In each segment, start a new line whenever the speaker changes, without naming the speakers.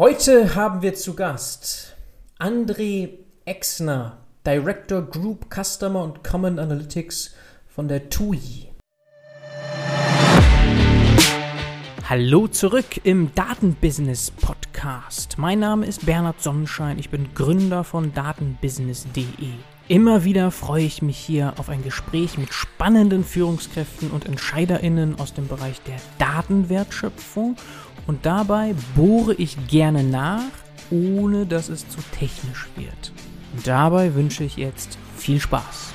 Heute haben wir zu Gast André Exner, Director Group Customer und Common Analytics von der TUI. Hallo zurück im Datenbusiness Podcast. Mein Name ist Bernhard Sonnenschein, ich bin Gründer von datenbusiness.de. Immer wieder freue ich mich hier auf ein Gespräch mit spannenden Führungskräften und EntscheiderInnen aus dem Bereich der Datenwertschöpfung und dabei bohre ich gerne nach, ohne dass es zu technisch wird. Und dabei wünsche ich jetzt viel Spaß.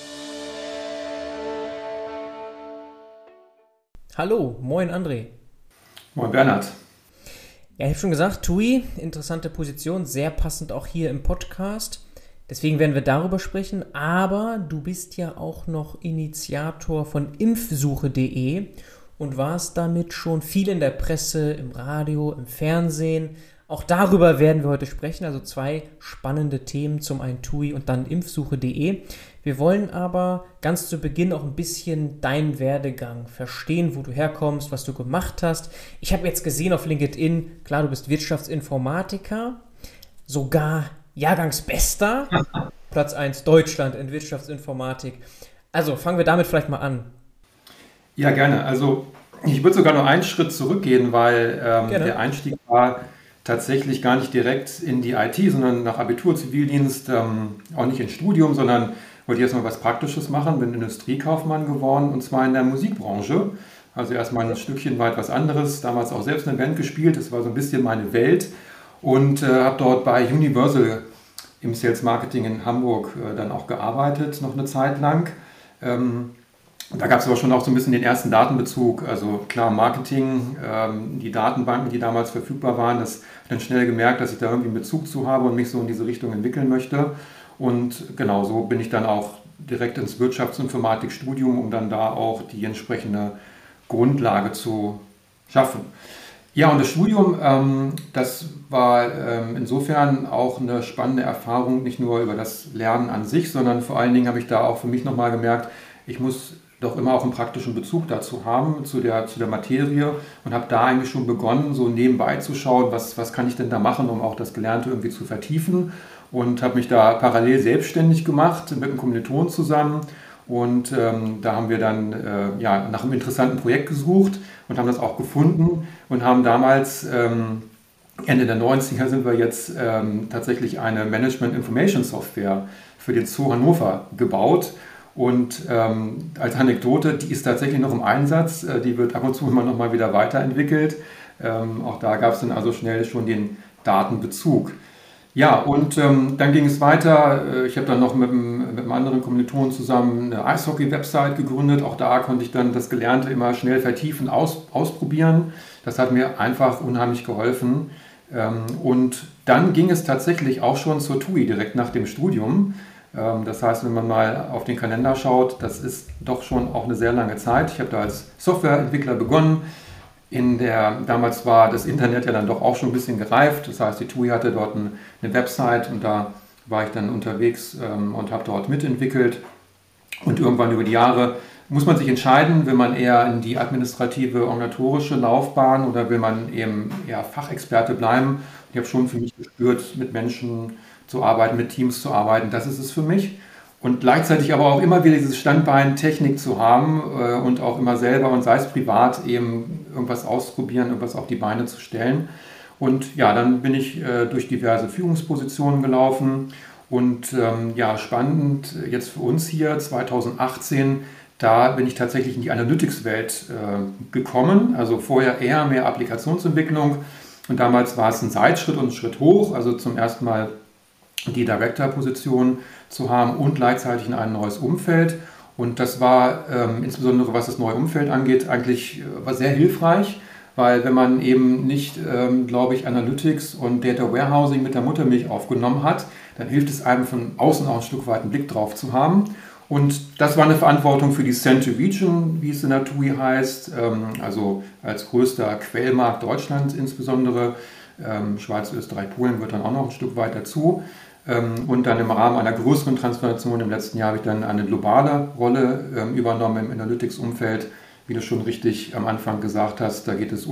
Hallo, moin André.
Moin Bernhard.
Ja, ich habe schon gesagt, TUI, interessante Position, sehr passend auch hier im Podcast. Deswegen werden wir darüber sprechen, aber du bist ja auch noch Initiator von Impfsuche.de und warst damit schon viel in der Presse, im Radio, im Fernsehen. Auch darüber werden wir heute sprechen, also zwei spannende Themen, zum einen TUI und dann Impfsuche.de. Wir wollen aber ganz zu Beginn auch ein bisschen deinen Werdegang verstehen, wo du herkommst, was du gemacht hast. Ich habe jetzt gesehen auf LinkedIn, klar, du bist Wirtschaftsinformatiker, sogar Jahrgangsbester, Platz 1 Deutschland in Wirtschaftsinformatik. Also fangen wir damit vielleicht mal an.
Ja, gerne. Also ich würde sogar noch einen Schritt zurückgehen, weil der Einstieg war tatsächlich gar nicht direkt in die IT, sondern nach Abitur, Zivildienst, auch nicht ins Studium, sondern wollte jetzt mal was Praktisches machen, bin Industriekaufmann geworden und zwar in der Musikbranche. Also erstmal ein Stückchen weit was anderes, damals auch selbst eine Band gespielt, das war so ein bisschen meine Welt und habe dort bei Universal im Sales Marketing in Hamburg dann auch gearbeitet, noch eine Zeit lang. Da gab es aber schon auch so ein bisschen den ersten Datenbezug, also klar Marketing, die Datenbanken, die damals verfügbar waren, das habe ich dann schnell gemerkt, dass ich da irgendwie einen Bezug zu habe und mich so in diese Richtung entwickeln möchte. Und genau so bin ich dann auch direkt ins Wirtschaftsinformatikstudium, um dann da auch die entsprechende Grundlage zu schaffen. Ja, und das Studium, das war insofern auch eine spannende Erfahrung, nicht nur über das Lernen an sich, sondern vor allen Dingen habe ich da auch für mich nochmal gemerkt, ich muss doch immer auch einen praktischen Bezug dazu haben, zu der Materie und habe da eigentlich schon begonnen, so nebenbei zu schauen, was kann ich denn da machen, um auch das Gelernte irgendwie zu vertiefen und habe mich da parallel selbstständig gemacht mit einem Kommilitonen zusammen und da haben wir dann nach einem interessanten Projekt gesucht und haben das auch gefunden und haben damals, Ende der 90er sind wir jetzt tatsächlich eine Management Information Software für den Zoo Hannover gebaut. Und als Anekdote, die ist tatsächlich noch im Einsatz, die wird ab und zu immer noch mal wieder weiterentwickelt. Auch da gab es dann also schnell schon den Datenbezug. Ja, und dann ging es weiter. Ich habe dann noch mit einem anderen Kommilitonen zusammen eine Eishockey-Website gegründet. Auch da konnte ich dann das Gelernte immer schnell vertiefen, ausprobieren. Das hat mir einfach unheimlich geholfen. Und dann ging es tatsächlich auch schon zur TUI direkt nach dem Studium. Das heißt, wenn man mal auf den Kalender schaut, das ist doch schon auch eine sehr lange Zeit. Ich habe da als Softwareentwickler begonnen. Damals war das Internet ja dann doch auch schon ein bisschen gereift. Das heißt, die TUI hatte dort eine Website und da war ich dann unterwegs und habe dort mitentwickelt. Und irgendwann über die Jahre muss man sich entscheiden, will man eher in die administrative, organisatorische Laufbahn oder will man eben eher Fachexperte bleiben. Ich habe schon für mich gespürt, mit Menschen zu arbeiten, mit Teams zu arbeiten, das ist es für mich. Und gleichzeitig aber auch immer wieder dieses Standbein Technik zu haben und auch immer selber und sei es privat eben irgendwas ausprobieren, irgendwas auf die Beine zu stellen. Und ja, dann bin ich durch diverse Führungspositionen gelaufen und spannend jetzt für uns hier 2018, da bin ich tatsächlich in die Analytics-Welt gekommen, also vorher eher mehr Applikationsentwicklung und damals war es ein Seitschritt und ein Schritt hoch, also zum ersten Mal die Director-Position zu haben und gleichzeitig in ein neues Umfeld. Und das war insbesondere, was das neue Umfeld angeht, eigentlich war sehr hilfreich, weil wenn man eben nicht, Analytics und Data Warehousing mit der Muttermilch aufgenommen hat, dann hilft es einem von außen auch ein Stück weit einen Blick drauf zu haben. Und das war eine Verantwortung für die Central Region, wie es in der TUI heißt, also als größter Quellmarkt Deutschlands insbesondere. Schweiz, Österreich, Polen wird dann auch noch ein Stück weit dazu. Und dann im Rahmen einer größeren Transformation im letzten Jahr habe ich dann eine globale Rolle übernommen im Analytics-Umfeld. Wie du schon richtig am Anfang gesagt hast, da geht es um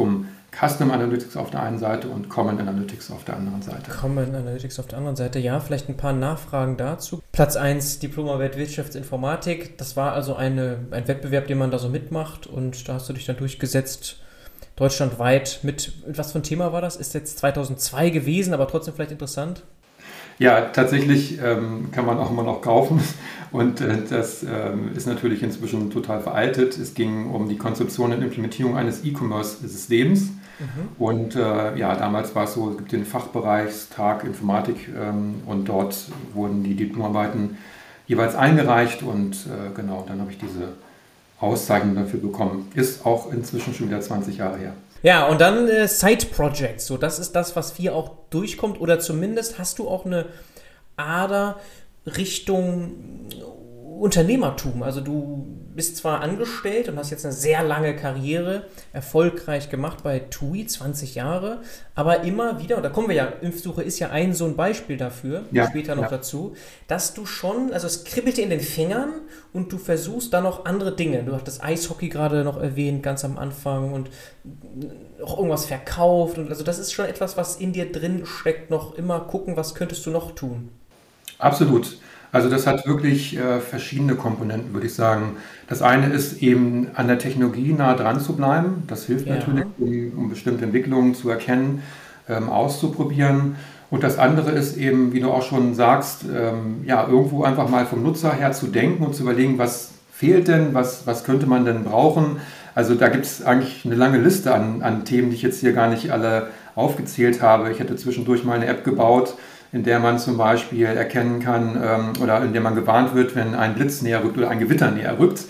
Custom Analytics auf der einen Seite und Common Analytics auf der anderen Seite.
Common Analytics auf der anderen Seite, ja, vielleicht ein paar Nachfragen dazu. Platz 1, Diplomarbeit Wirtschaftsinformatik. Das war also ein Wettbewerb, den man da so mitmacht und da hast du dich dann durchgesetzt, deutschlandweit. Mit was für ein Thema war das? Ist jetzt 2002 gewesen, aber trotzdem vielleicht interessant?
Ja, tatsächlich kann man auch immer noch kaufen und das ist natürlich inzwischen total veraltet. Es ging um die Konzeption und Implementierung eines E-Commerce-Systems. Und damals war es so, es gibt den Fachbereichstag Informatik und dort wurden die Diplomarbeiten jeweils eingereicht und dann habe ich diese Auszeichnung dafür bekommen. Ist auch inzwischen schon wieder 20 Jahre her.
Ja, und dann Side-Projects, so das ist das, was hier auch durchkommt oder zumindest hast du auch eine Ader Richtung Unternehmertum. Also du bist zwar angestellt und hast jetzt eine sehr lange Karriere erfolgreich gemacht bei TUI, 20 Jahre, aber immer wieder, und da kommen wir ja, Impfsuche ist ja so ein Beispiel dafür, später noch dazu, dass du schon, also es kribbelt dir in den Fingern und du versuchst dann noch andere Dinge. Du hast das Eishockey gerade noch erwähnt, ganz am Anfang und auch irgendwas verkauft und also das ist schon etwas, was in dir drin steckt, noch immer gucken, was könntest du noch tun?
Absolut. Also das hat wirklich verschiedene Komponenten, würde ich sagen. Das eine ist eben an der Technologie nah dran zu bleiben. Das hilft natürlich, um bestimmte Entwicklungen zu erkennen, auszuprobieren. Und das andere ist eben, wie du auch schon sagst, irgendwo einfach mal vom Nutzer her zu denken und zu überlegen, was fehlt denn, was könnte man denn brauchen. Also da gibt es eigentlich eine lange Liste an Themen, die ich jetzt hier gar nicht alle aufgezählt habe. Ich hätte zwischendurch mal eine App gebaut, in der man zum Beispiel erkennen kann oder in der man gewarnt wird, wenn ein Blitz näher rückt oder ein Gewitter näher rückt.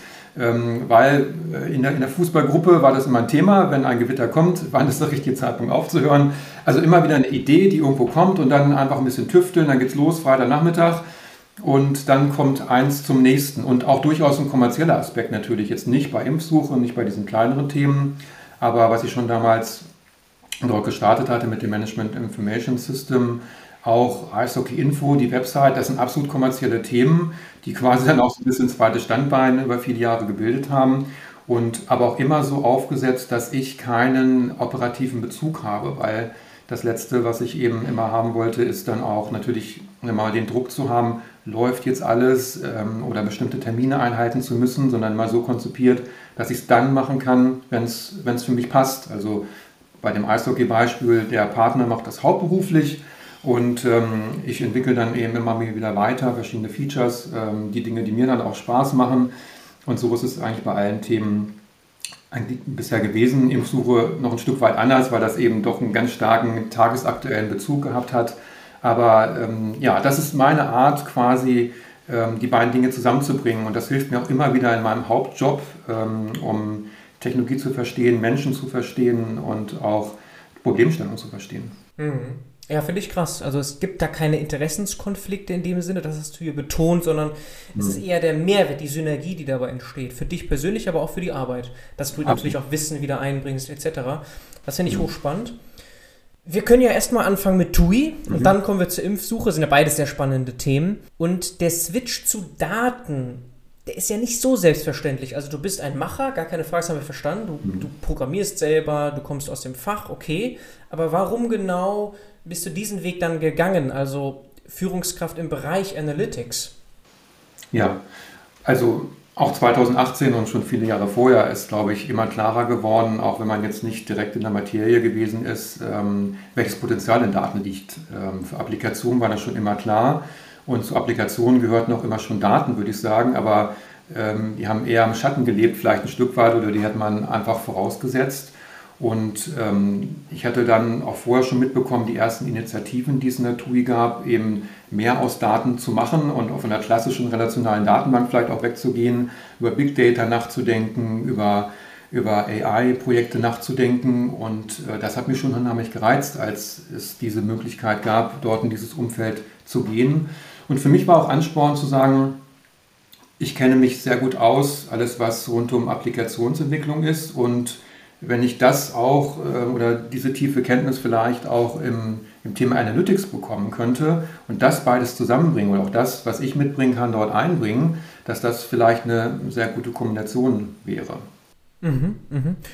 Weil in der Fußballgruppe war das immer ein Thema, wenn ein Gewitter kommt, wann ist der richtige Zeitpunkt aufzuhören. Also immer wieder eine Idee, die irgendwo kommt und dann einfach ein bisschen tüfteln, dann geht's los, Freitagnachmittag und dann kommt eins zum nächsten. Und auch durchaus ein kommerzieller Aspekt natürlich, jetzt nicht bei Impfsuche und nicht bei diesen kleineren Themen, aber was ich schon damals dort gestartet hatte mit dem Management Information System, auch Eishockey Info, die Website, das sind absolut kommerzielle Themen, die quasi dann auch so ein bisschen zweites Standbein über viele Jahre gebildet haben und aber auch immer so aufgesetzt, dass ich keinen operativen Bezug habe, weil das Letzte, was ich eben immer haben wollte, ist dann auch natürlich immer den Druck zu haben, läuft jetzt alles oder bestimmte Termine einhalten zu müssen, sondern mal so konzipiert, dass ich es dann machen kann, wenn es für mich passt. Also bei dem Eishockey-Beispiel, der Partner macht das hauptberuflich, und ich entwickle dann eben immer wieder weiter verschiedene Features, die Dinge, die mir dann auch Spaß machen. Und so ist es eigentlich bei allen Themen eigentlich bisher gewesen. Impfsuche noch ein Stück weit anders, weil das eben doch einen ganz starken tagesaktuellen Bezug gehabt hat. Aber das ist meine Art quasi, die beiden Dinge zusammenzubringen. Und das hilft mir auch immer wieder in meinem Hauptjob, um Technologie zu verstehen, Menschen zu verstehen und auch Problemstellungen zu verstehen.
Mhm. Ja, finde ich krass. Also es gibt da keine Interessenskonflikte in dem Sinne, das hast du hier betont, sondern es ist eher der Mehrwert, die Synergie, die dabei entsteht. Für dich persönlich, aber auch für die Arbeit. Dass du natürlich auch Wissen wieder einbringst, etc. Das finde ich hochspannend. Wir können ja erstmal anfangen mit TUI und dann kommen wir zur Impfsuche. Das sind ja beides sehr spannende Themen. Und der Switch zu Daten, der ist ja nicht so selbstverständlich. Also du bist ein Macher, gar keine Frage, das haben wir verstanden. Du programmierst selber, du kommst aus dem Fach, okay. Aber warum genau bist du diesen Weg dann gegangen, also Führungskraft im Bereich Analytics?
Ja, also auch 2018 und schon viele Jahre vorher ist, glaube ich, immer klarer geworden, auch wenn man jetzt nicht direkt in der Materie gewesen ist, welches Potenzial in Daten liegt. Für Applikationen war das schon immer klar und zu Applikationen gehörten auch immer schon Daten, würde ich sagen, aber die haben eher im Schatten gelebt, vielleicht ein Stück weit, oder die hat man einfach vorausgesetzt. Und ich hatte dann auch vorher schon mitbekommen, die ersten Initiativen, die es in der TUI gab, eben mehr aus Daten zu machen und von der klassischen relationalen Datenbank vielleicht auch wegzugehen, über Big Data nachzudenken, über AI-Projekte nachzudenken. Und das hat mich schon unheimlich gereizt, als es diese Möglichkeit gab, dort in dieses Umfeld zu gehen. Und für mich war auch Ansporn zu sagen, ich kenne mich sehr gut aus, alles was rund um Applikationsentwicklung ist, und wenn ich das auch oder diese tiefe Kenntnis vielleicht auch im Thema Analytics bekommen könnte und das beides zusammenbringen oder auch das, was ich mitbringen kann, dort einbringen, dass das vielleicht eine sehr gute Kombination wäre.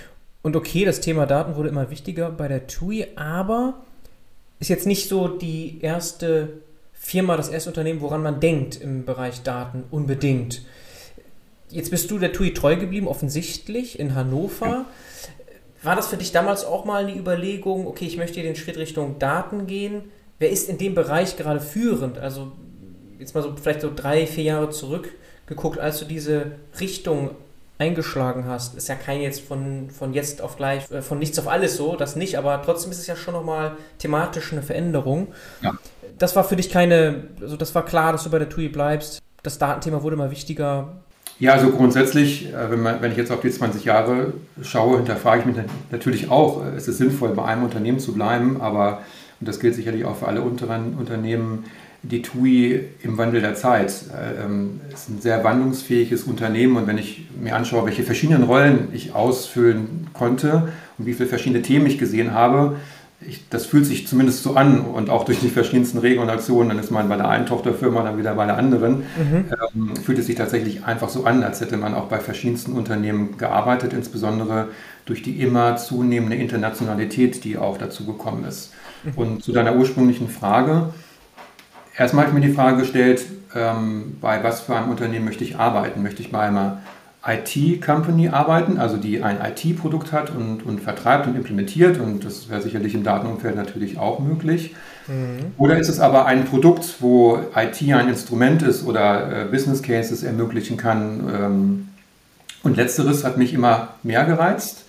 Und okay, das Thema Daten wurde immer wichtiger bei der TUI, aber ist jetzt nicht so die erste Firma, das erste Unternehmen, woran man denkt im Bereich Daten unbedingt. Jetzt bist du der TUI treu geblieben, offensichtlich, in Hannover. Ja. War das für dich damals auch mal eine Überlegung, okay, ich möchte hier den Schritt Richtung Daten gehen? Wer ist in dem Bereich gerade führend? Also jetzt mal so vielleicht so 3-4 Jahre zurückgeguckt, als du diese Richtung eingeschlagen hast. Ist ja kein jetzt von jetzt auf gleich, von nichts auf alles so, das nicht, aber trotzdem ist es ja schon nochmal thematisch eine Veränderung. Ja. Das war für dich also das war klar, dass du bei der TUI bleibst. Das Datenthema wurde immer wichtiger.
Ja, also grundsätzlich, wenn ich jetzt auf die 20 Jahre schaue, hinterfrage ich mich natürlich auch, es ist sinnvoll, bei einem Unternehmen zu bleiben, aber, und das gilt sicherlich auch für alle unteren Unternehmen, die TUI im Wandel der Zeit. Es ist ein sehr wandlungsfähiges Unternehmen und wenn ich mir anschaue, welche verschiedenen Rollen ich ausfüllen konnte und wie viele verschiedene Themen ich gesehen habe, das fühlt sich zumindest so an und auch durch die verschiedensten Regulationen, dann ist man bei der einen Tochterfirma, dann wieder bei der anderen, fühlt es sich tatsächlich einfach so an, als hätte man auch bei verschiedensten Unternehmen gearbeitet, insbesondere durch die immer zunehmende Internationalität, die auch dazu gekommen ist. Und zu deiner ursprünglichen Frage, erstmal habe ich mir die Frage gestellt, bei was für einem Unternehmen möchte ich arbeiten? Möchte ich bei einer IT-Company arbeiten, also die ein IT-Produkt hat und vertreibt und implementiert, und das wäre sicherlich im Datenumfeld natürlich auch möglich. Oder ist es aber ein Produkt, wo IT ein Instrument ist oder Business Cases ermöglichen kann? Und letzteres hat mich immer mehr gereizt,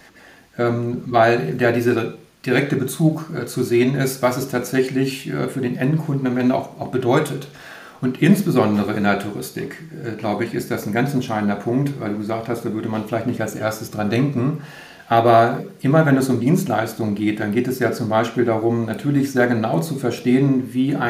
weil da dieser direkte Bezug zu sehen ist, was es tatsächlich für den Endkunden am Ende auch bedeutet. Und insbesondere in der Touristik, glaube ich, ist das ein ganz entscheidender Punkt, weil du gesagt hast, da würde man vielleicht nicht als erstes dran denken. Aber immer wenn es um Dienstleistungen geht, dann geht es ja zum Beispiel darum, natürlich sehr genau zu verstehen,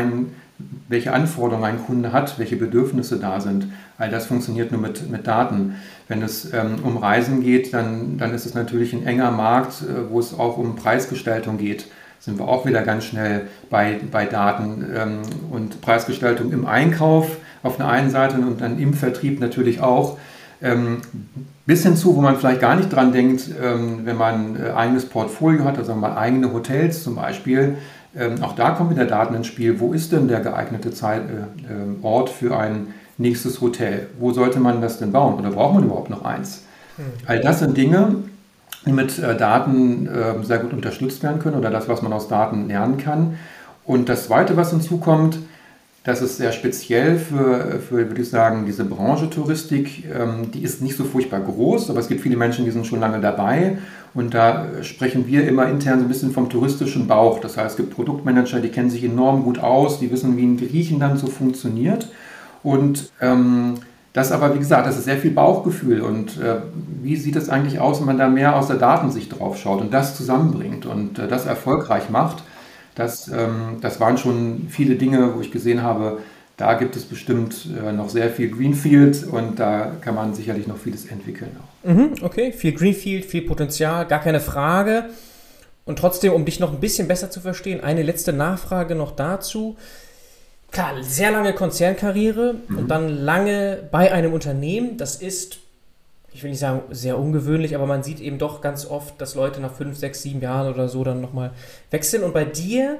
welche Anforderungen ein Kunde hat, welche Bedürfnisse da sind. All das funktioniert nur mit Daten. Wenn es um Reisen geht, dann ist es natürlich ein enger Markt, wo es auch um Preisgestaltung geht. Sind wir auch wieder ganz schnell bei Daten und Preisgestaltung im Einkauf auf der einen Seite und dann im Vertrieb natürlich auch. Bis hin zu, wo man vielleicht gar nicht dran denkt, wenn man ein eigenes Portfolio hat, also mal eigene Hotels zum Beispiel. Auch da kommen wieder Daten ins Spiel. Wo ist denn der geeignete Ort für ein nächstes Hotel? Wo sollte man das denn bauen? Oder braucht man überhaupt noch eins? All das sind Dinge, die mit Daten sehr gut unterstützt werden können oder das, was man aus Daten lernen kann. Und das Zweite, was hinzukommt, das ist sehr speziell für, würde ich sagen, diese Branche Touristik. Die ist nicht so furchtbar groß, aber es gibt viele Menschen, die sind schon lange dabei. Und da sprechen wir immer intern so ein bisschen vom touristischen Bauch. Das heißt, es gibt Produktmanager, die kennen sich enorm gut aus, die wissen, wie ein Griechenland so funktioniert. Und das aber, wie gesagt, das ist sehr viel Bauchgefühl. Und wie sieht es eigentlich aus, wenn man da mehr aus der Datensicht drauf schaut und das zusammenbringt und das erfolgreich macht? Das waren schon viele Dinge, wo ich gesehen habe, da gibt es bestimmt noch sehr viel Greenfield und da kann man sicherlich noch vieles entwickeln.
Okay, viel Greenfield, viel Potenzial, gar keine Frage. Und trotzdem, um dich noch ein bisschen besser zu verstehen, eine letzte Nachfrage noch dazu. Klar, sehr lange Konzernkarriere und dann lange bei einem Unternehmen. Das ist, ich will nicht sagen sehr ungewöhnlich, aber man sieht eben doch ganz oft, dass Leute nach 5, 6, 7 Jahren oder so dann nochmal wechseln. Und bei dir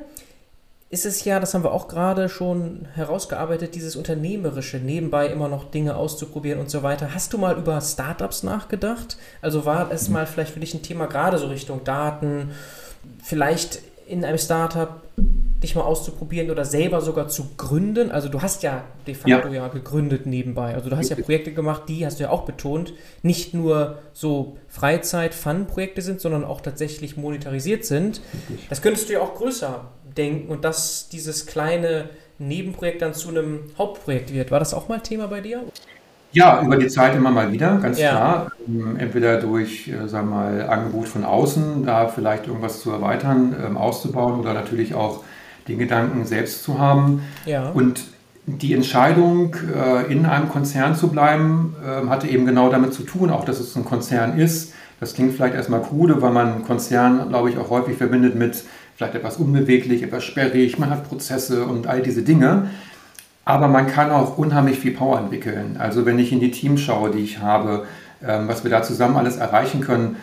ist es ja, das haben wir auch gerade schon herausgearbeitet, dieses Unternehmerische, nebenbei immer noch Dinge auszuprobieren und so weiter. Hast du mal über Startups nachgedacht? Also war es mal vielleicht für dich ein Thema, gerade so Richtung Daten, vielleicht in einem Startup dich mal auszuprobieren oder selber sogar zu gründen? Also du hast ja de facto ja gegründet nebenbei. Also du hast ja Projekte gemacht, die, hast du ja auch betont, nicht nur so Freizeit-Fun-Projekte sind, sondern auch tatsächlich monetarisiert sind. Das könntest du ja auch größer denken und dass dieses kleine Nebenprojekt dann zu einem Hauptprojekt wird. War das auch mal Thema bei dir?
Ja, über die Zeit immer mal wieder, ganz klar. Entweder durch, sagen wir mal, Angebot von außen, da vielleicht irgendwas zu erweitern, auszubauen oder natürlich auch den Gedanken selbst zu haben. Ja. Und die Entscheidung, in einem Konzern zu bleiben, hatte eben genau damit zu tun, auch dass es ein Konzern ist. Das klingt vielleicht erstmal krude, weil man Konzern, glaube ich, auch häufig verbindet mit vielleicht etwas unbeweglich, etwas sperrig, man hat Prozesse und all diese Dinge. Aber man kann auch unheimlich viel Power entwickeln. Also wenn ich in die Teams schaue, die ich habe, was wir da zusammen alles erreichen können,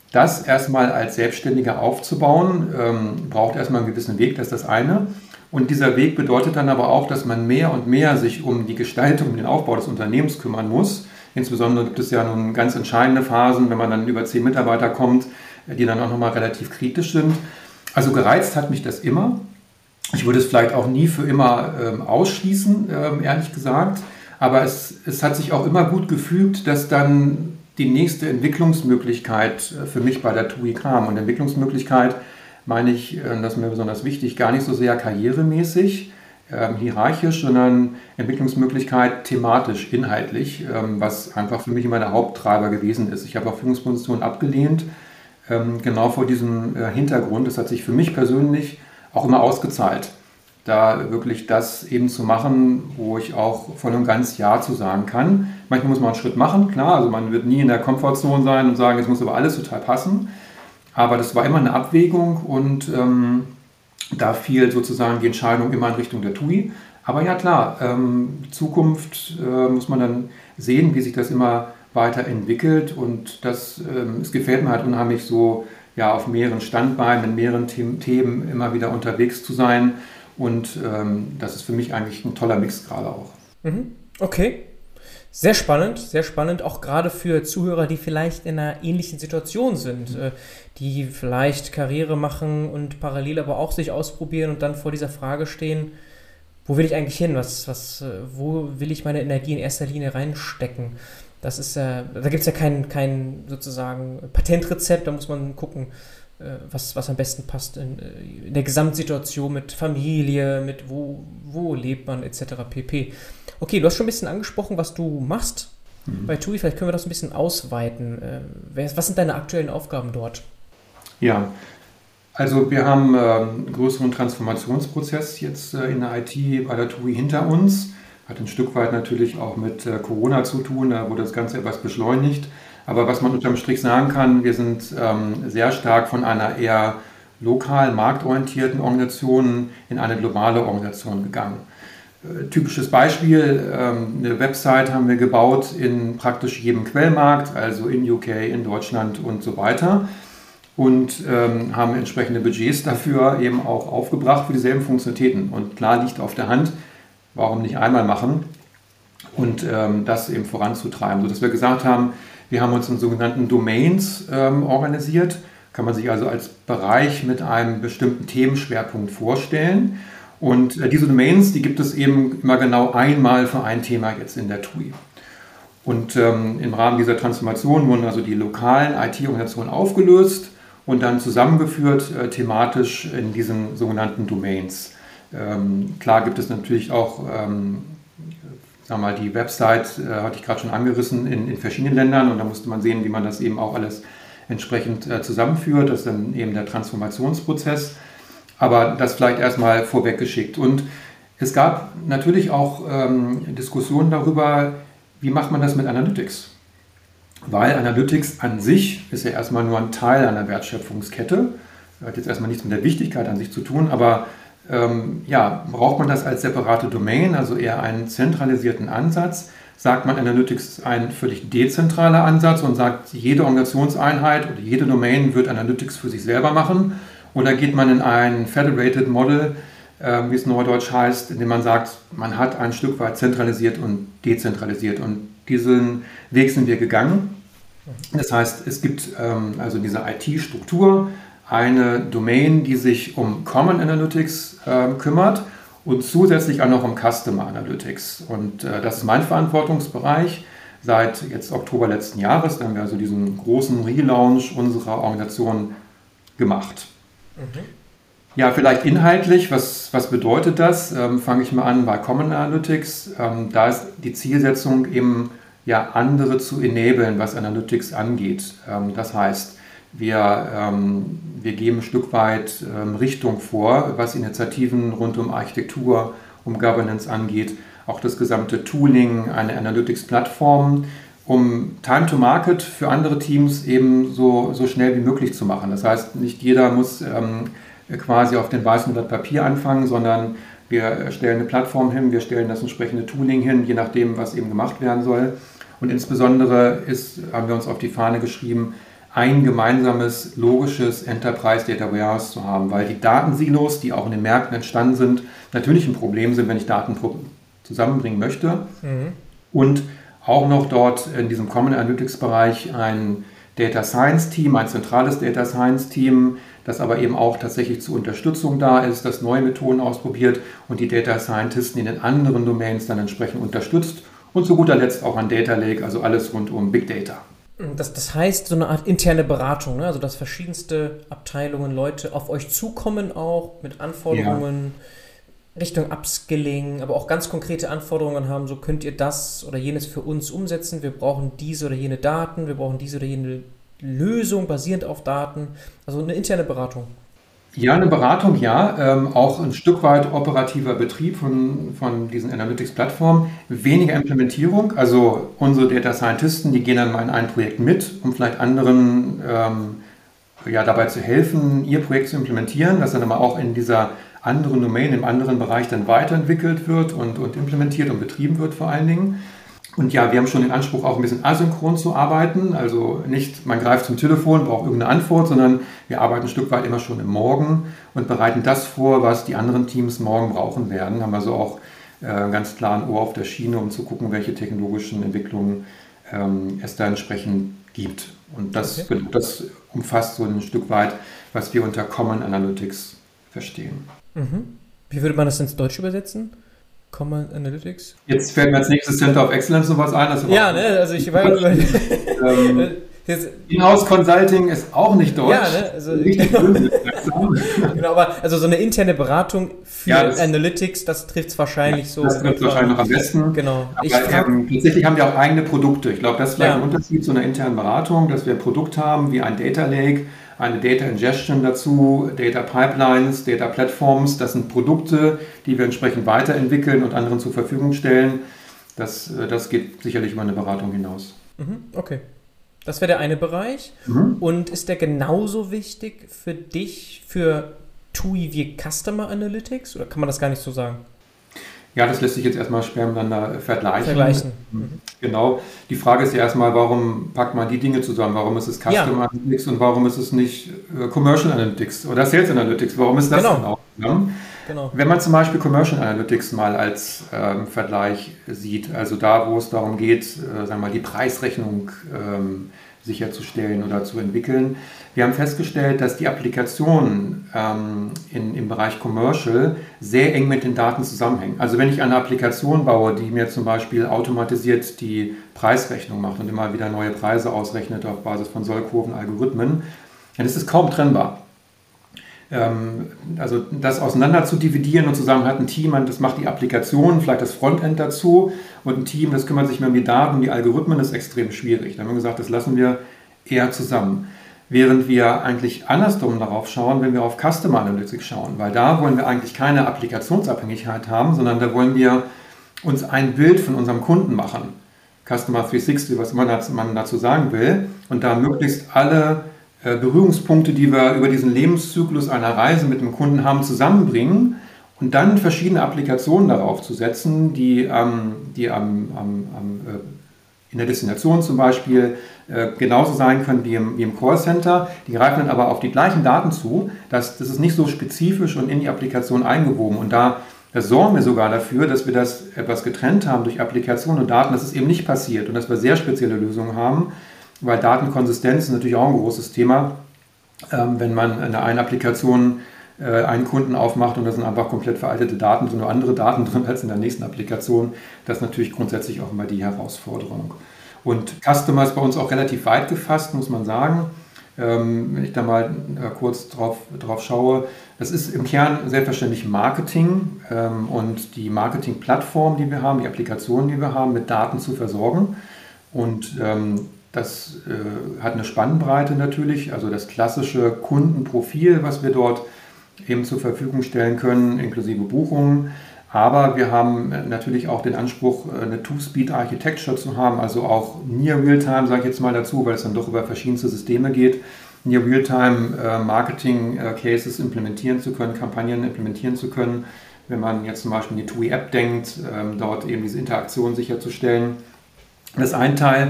das erstmal als Selbstständiger aufzubauen, braucht erstmal einen gewissen Weg, das ist das eine. Und dieser Weg bedeutet dann aber auch, dass man mehr und mehr sich um die Gestaltung, um den Aufbau des Unternehmens kümmern muss. Insbesondere gibt es ja nun ganz entscheidende Phasen, wenn man dann über 10 Mitarbeiter kommt, die dann auch nochmal relativ kritisch sind. Also gereizt hat mich das immer. Ich würde es vielleicht auch nie für immer ausschließen, ehrlich gesagt. Aber es hat sich auch immer gut gefügt, dass dann die nächste Entwicklungsmöglichkeit für mich bei der TUI kam. Und Entwicklungsmöglichkeit meine ich, das ist mir besonders wichtig, gar nicht so sehr karrieremäßig, hierarchisch, sondern Entwicklungsmöglichkeit thematisch, inhaltlich, was einfach für mich immer der Haupttreiber gewesen ist. Ich habe auch Führungspositionen abgelehnt, genau vor diesem Hintergrund. Das hat sich für mich persönlich auch immer ausgezahlt, da wirklich das eben zu machen, wo ich auch voll und ganz Ja zu sagen kann. Manchmal muss man einen Schritt machen, klar, also man wird nie in der Komfortzone sein und sagen, es muss aber alles total passen. Aber das war immer eine Abwägung und da fiel sozusagen die Entscheidung immer in Richtung der TUI. Aber ja klar, Zukunft muss man dann sehen, wie sich das immer weiterentwickelt und es gefällt mir halt unheimlich so, ja, auf mehreren Standbeinen, mit mehreren Themen immer wieder unterwegs zu sein und das ist für mich eigentlich ein toller Mix gerade auch.
Okay. Sehr spannend, auch gerade für Zuhörer, die vielleicht in einer ähnlichen Situation sind, die vielleicht Karriere machen und parallel aber auch sich ausprobieren und dann vor dieser Frage stehen, wo will ich eigentlich hin, wo will ich meine Energie in erster Linie reinstecken? Das ist da gibt es ja kein sozusagen Patentrezept, da muss man gucken, was am besten passt in der Gesamtsituation mit Familie, mit wo lebt man etc. pp. Okay, du hast schon ein bisschen angesprochen, was du machst bei TUI. Vielleicht können wir das ein bisschen ausweiten. Was sind deine aktuellen Aufgaben dort?
Ja, also wir haben einen größeren Transformationsprozess jetzt in der IT bei der TUI hinter uns. Hat ein Stück weit natürlich auch mit Corona zu tun, da wurde das Ganze etwas beschleunigt. Aber was man unterm Strich sagen kann, wir sind sehr stark von einer eher lokal marktorientierten Organisation in eine globale Organisation gegangen. Typisches Beispiel, eine Website haben wir gebaut in praktisch jedem Quellmarkt, also in UK, in Deutschland und so weiter. Und haben entsprechende Budgets dafür eben auch aufgebracht für dieselben Funktionalitäten. Und klar liegt auf der Hand, warum nicht einmal machen und das eben voranzutreiben. Sodass wir gesagt haben, wir haben uns in sogenannten Domains organisiert. Kann man sich also als Bereich mit einem bestimmten Themenschwerpunkt vorstellen. Und diese Domains, die gibt es eben immer genau einmal für ein Thema jetzt in der TUI. Und im Rahmen dieser Transformation wurden also die lokalen IT-Organisationen aufgelöst und dann zusammengeführt thematisch in diesen sogenannten Domains. Klar gibt es natürlich auch, die Website hatte ich gerade schon angerissen in verschiedenen Ländern und da musste man sehen, wie man das eben auch alles entsprechend zusammenführt. Das ist dann eben der Transformationsprozess. Aber das vielleicht erstmal vorweggeschickt. Und es gab natürlich auch Diskussionen darüber, wie macht man das mit Analytics? Weil Analytics an sich ist ja erstmal nur ein Teil einer Wertschöpfungskette. Hat jetzt erstmal nichts mit der Wichtigkeit an sich zu tun, aber braucht man das als separate Domain, also eher einen zentralisierten Ansatz? Sagt man, Analytics ist ein völlig dezentraler Ansatz und sagt, jede Organisationseinheit oder jede Domain wird Analytics für sich selber machen? Oder geht man in ein Federated Model, wie es neudeutsch heißt, indem man sagt, man hat ein Stück weit zentralisiert und dezentralisiert. Und diesen Weg sind wir gegangen. Das heißt, es gibt also diese IT-Struktur, eine Domain, die sich um Common Analytics kümmert und zusätzlich auch noch um Customer Analytics. Und das ist mein Verantwortungsbereich seit jetzt Oktober letzten Jahres. Da haben wir also diesen großen Relaunch unserer Organisation gemacht. Ja, vielleicht inhaltlich, was bedeutet das? Fange ich mal an bei Common Analytics. Da ist die Zielsetzung eben, andere zu enablen, was Analytics angeht. Das heißt, wir geben ein Stück weit Richtung vor, was Initiativen rund um Architektur, um Governance angeht, auch das gesamte Tooling, eine Analytics-Plattform, um Time to Market für andere Teams eben so schnell wie möglich zu machen. Das heißt, nicht jeder muss quasi auf den weißen Blatt Papier anfangen, sondern wir stellen eine Plattform hin, wir stellen das entsprechende Tooling hin, je nachdem, was eben gemacht werden soll. Und insbesondere haben wir uns auf die Fahne geschrieben, ein gemeinsames, logisches Enterprise Data Warehouse zu haben, weil die Datensilos, die auch in den Märkten entstanden sind, natürlich ein Problem sind, wenn ich Daten zusammenbringen möchte. Und auch noch dort in diesem Common Analytics Bereich ein Data Science Team, ein zentrales Data Science Team, das aber eben auch tatsächlich zur Unterstützung da ist, das neue Methoden ausprobiert und die Data Scientisten in den anderen Domains dann entsprechend unterstützt. Und zu guter Letzt auch ein Data Lake, also alles rund um Big Data.
Das heißt, so eine Art interne Beratung, ne? Also dass verschiedenste Abteilungen, Leute auf euch zukommen auch mit Anforderungen Richtung Upskilling, aber auch ganz konkrete Anforderungen haben, so könnt ihr das oder jenes für uns umsetzen, wir brauchen diese oder jene Daten, wir brauchen diese oder jene Lösung basierend auf Daten, also eine interne Beratung.
Ja, eine Beratung, ja, auch ein Stück weit operativer Betrieb von diesen Analytics-Plattformen, weniger Implementierung, also unsere Data Scientisten, die gehen dann mal in ein Projekt mit, um vielleicht anderen dabei zu helfen, ihr Projekt zu implementieren, das dann aber auch in dieser anderen Domain, im anderen Bereich dann weiterentwickelt wird und implementiert und betrieben wird vor allen Dingen. Und ja, wir haben schon den Anspruch, auch ein bisschen asynchron zu arbeiten. Also nicht, man greift zum Telefon, braucht irgendeine Antwort, sondern wir arbeiten ein Stück weit immer schon im Morgen und bereiten das vor, was die anderen Teams morgen brauchen werden. Haben also auch ganz klar ein Ohr auf der Schiene, um zu gucken, welche technologischen Entwicklungen es da entsprechend gibt. Und das umfasst so ein Stück weit, was wir unter Common Analytics verstehen.
Wie würde man das ins Deutsche übersetzen? Common Analytics?
Jetzt fällt mir als nächstes Center of Excellence noch was ein.
Ja, ne, also ich war
Inhouse Consulting ist auch nicht deutsch.
Ja, ne, also genau, aber also so eine interne Beratung für Analytics, das trifft es wahrscheinlich so.
Das trifft wahrscheinlich noch am besten.
Genau.
Aber tatsächlich haben wir auch eigene Produkte. Ich glaube, das ist vielleicht ein Unterschied zu einer internen Beratung, dass wir ein Produkt haben wie ein Data Lake, eine Data Ingestion dazu, Data Pipelines, Data Platforms. Das sind Produkte, die wir entsprechend weiterentwickeln und anderen zur Verfügung stellen. Das geht sicherlich über eine Beratung hinaus.
Okay. Das wäre der eine Bereich. Und ist der genauso wichtig für dich, für TUI wie Customer Analytics? Oder kann man das gar nicht so sagen?
Ja, das lässt sich jetzt erstmal schwer miteinander vergleichen. Genau. Die Frage ist ja erstmal, warum packt man die Dinge zusammen? Warum ist es Customer Analytics und warum ist es nicht Commercial Analytics oder Sales Analytics? Warum ist das genau zusammen? Genau. Wenn man zum Beispiel Commercial Analytics mal als Vergleich sieht, also da, wo es darum geht, sagen wir mal, die Preisrechnung sicherzustellen oder zu entwickeln. Wir haben festgestellt, dass die Applikationen im Bereich Commercial sehr eng mit den Daten zusammenhängen. Also wenn ich eine Applikation baue, die mir zum Beispiel automatisiert die Preisrechnung macht und immer wieder neue Preise ausrechnet auf Basis von Sollkurven, Algorithmen, dann ist es kaum trennbar. Also das auseinander zu dividieren und zu sagen, hat ein Team, das macht die Applikation, vielleicht das Frontend dazu und ein Team, das kümmert sich mehr um die Daten und die Algorithmen, ist extrem schwierig. Da haben wir gesagt, das lassen wir eher zusammen. Während wir eigentlich andersrum darauf schauen, wenn wir auf Customer Analytics schauen, weil da wollen wir eigentlich keine Applikationsabhängigkeit haben, sondern da wollen wir uns ein Bild von unserem Kunden machen. Customer 360, was immer man dazu sagen will, und da möglichst alle Berührungspunkte, die wir über diesen Lebenszyklus einer Reise mit dem Kunden haben, zusammenbringen und dann verschiedene Applikationen darauf zu setzen, die in der Destination zum Beispiel genauso sein können wie im Callcenter. Die greifen dann aber auf die gleichen Daten zu. Das ist nicht so spezifisch und in die Applikation eingewoben. Und da sorgen wir sogar dafür, dass wir das etwas getrennt haben durch Applikation und Daten, dass es eben nicht passiert und dass wir sehr spezielle Lösungen haben. Weil Datenkonsistenz ist natürlich auch ein großes Thema, wenn man in einer Applikation einen Kunden aufmacht und da sind einfach komplett veraltete Daten, sind nur andere Daten drin als in der nächsten Applikation. Das ist natürlich grundsätzlich auch immer die Herausforderung. Und Customer ist bei uns auch relativ weit gefasst, muss man sagen. Wenn ich da mal kurz drauf schaue, das ist im Kern selbstverständlich Marketing und die Marketingplattform, die wir haben, die Applikationen, die wir haben, mit Daten zu versorgen. Und das hat eine Spannbreite natürlich, also das klassische Kundenprofil, was wir dort eben zur Verfügung stellen können, inklusive Buchungen. Aber wir haben natürlich auch den Anspruch, eine Two-Speed-Architecture zu haben, also auch Near Real-Time, sage ich jetzt mal dazu, weil es dann doch über verschiedenste Systeme geht, Near Real-Time Marketing-Cases implementieren zu können, Kampagnen implementieren zu können. Wenn man jetzt zum Beispiel in die TUI-App denkt, dort eben diese Interaktion sicherzustellen. Das ist ein Teil.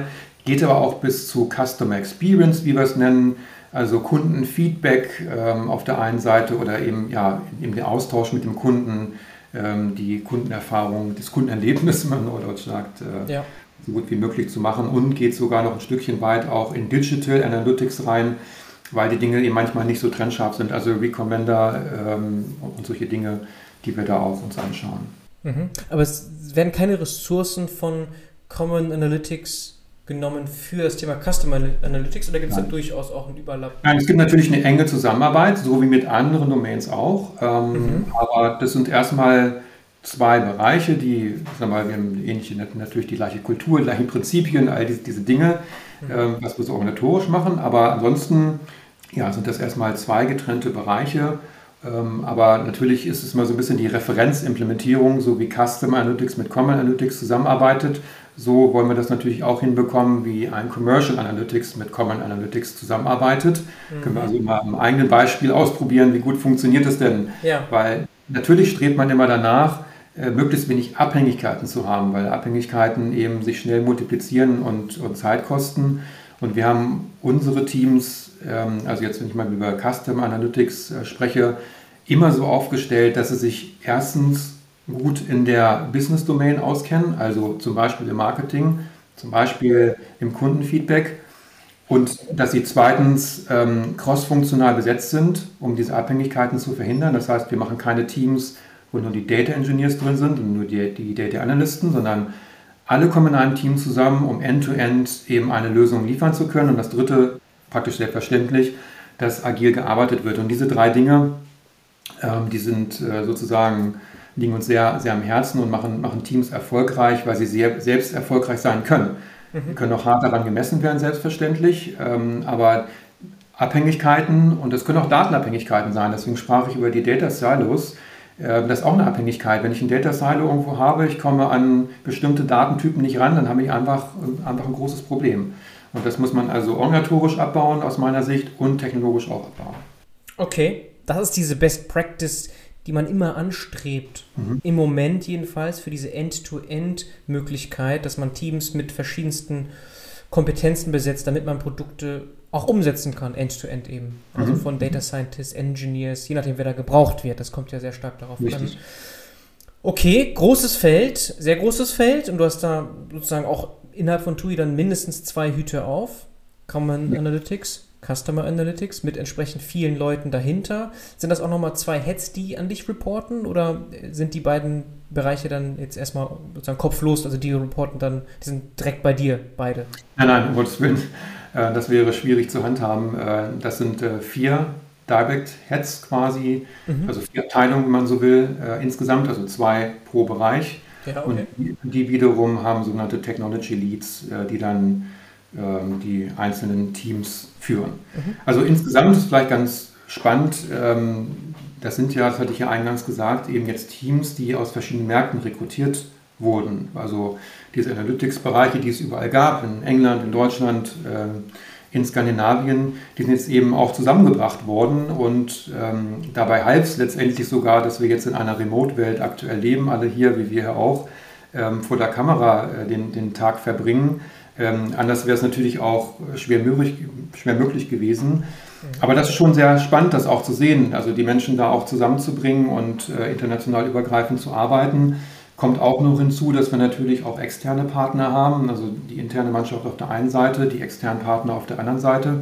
geht aber auch bis zu Customer Experience, wie wir es nennen, also Kundenfeedback auf der einen Seite oder eben den Austausch mit dem Kunden, die Kundenerfahrung, das Kundenerlebnis, wie man neudeutsch sagt, so gut wie möglich zu machen, und geht sogar noch ein Stückchen weit auch in Digital Analytics rein, weil die Dinge eben manchmal nicht so trennscharf sind, also Recommender und solche Dinge, die wir da auch uns anschauen.
Aber es werden keine Ressourcen von Common Analytics genommen für das Thema Customer Analytics, oder gibt es da durchaus auch einen Überlapp?
Nein, es gibt natürlich eine enge Zusammenarbeit, so wie mit anderen Domains auch, aber das sind erstmal zwei Bereiche, die, sagen wir mal, wir haben natürlich die gleiche Kultur, die gleichen Prinzipien, all diese Dinge, was wir so organisatorisch machen, aber ansonsten sind das erstmal zwei getrennte Bereiche, aber natürlich ist es mal so ein bisschen die Referenzimplementierung, so wie Custom Analytics mit Common Analytics zusammenarbeitet. So wollen wir das natürlich auch hinbekommen, wie ein Commercial Analytics mit Common Analytics zusammenarbeitet. Können wir also mal am eigenen Beispiel ausprobieren, wie gut funktioniert das denn? Ja. Weil natürlich strebt man immer danach, möglichst wenig Abhängigkeiten zu haben, weil Abhängigkeiten eben sich schnell multiplizieren und Zeit kosten. Und wir haben unsere Teams, also jetzt, wenn ich mal über Custom Analytics spreche, immer so aufgestellt, dass sie sich erstens gut in der Business-Domain auskennen, also zum Beispiel im Marketing, zum Beispiel im Kundenfeedback, und dass sie zweitens cross-funktional besetzt sind, um diese Abhängigkeiten zu verhindern. Das heißt, wir machen keine Teams, wo nur die Data Engineers drin sind und nur die Data Analysten, sondern alle kommen in einem Team zusammen, um End-to-End eben eine Lösung liefern zu können. Und das dritte, praktisch selbstverständlich, dass agil gearbeitet wird. Und diese drei Dinge, die sind liegen uns sehr, sehr am Herzen und machen Teams erfolgreich, weil sie selbst erfolgreich sein können. Wir können auch hart daran gemessen werden, selbstverständlich, aber Abhängigkeiten, und das können auch Datenabhängigkeiten sein, deswegen sprach ich über die Data Silos, das ist auch eine Abhängigkeit. Wenn ich ein Data Silo irgendwo habe, ich komme an bestimmte Datentypen nicht ran, dann habe ich einfach ein großes Problem. Und das muss man also organisatorisch abbauen aus meiner Sicht und technologisch auch abbauen.
Okay, das ist diese Best Practice, die man immer anstrebt, im Moment jedenfalls, für diese End-to-End-Möglichkeit, dass man Teams mit verschiedensten Kompetenzen besetzt, damit man Produkte auch umsetzen kann, End-to-End eben. Also von Data Scientists, Engineers, je nachdem, wer da gebraucht wird. Das kommt ja sehr stark darauf an. Okay, großes Feld, sehr großes Feld, und du hast da sozusagen auch innerhalb von TUI dann mindestens 2 Hüte auf. Common Analytics, Customer Analytics, mit entsprechend vielen Leuten dahinter. Sind das auch nochmal 2 Heads, die an dich reporten, oder sind die beiden Bereiche dann jetzt erstmal sozusagen kopflos, also die reporten dann, die sind direkt bei dir, beide?
Nein, um Gottes Willen, das wäre schwierig zu handhaben. Das sind 4 Direct Heads quasi, also 4 Abteilungen, wenn man so will, insgesamt, also 2 pro Bereich. Ja, okay. Und die wiederum haben sogenannte Technology Leads, die dann die einzelnen Teams führen. Also insgesamt ist es vielleicht ganz spannend, das sind ja, das hatte ich ja eingangs gesagt, eben jetzt Teams, die aus verschiedenen Märkten rekrutiert wurden. Also diese Analytics-Bereiche, die es überall gab, in England, in Deutschland, in Skandinavien, die sind jetzt eben auch zusammengebracht worden, und dabei half es letztendlich sogar, dass wir jetzt in einer Remote-Welt aktuell leben, alle hier, wie wir hier auch, vor der Kamera den Tag verbringen. Anders wäre es natürlich auch schwer möglich gewesen. Aber das ist schon sehr spannend, das auch zu sehen, also die Menschen da auch zusammenzubringen und international übergreifend zu arbeiten. Kommt auch noch hinzu, dass wir natürlich auch externe Partner haben, also die interne Mannschaft auf der einen Seite, die externen Partner auf der anderen Seite.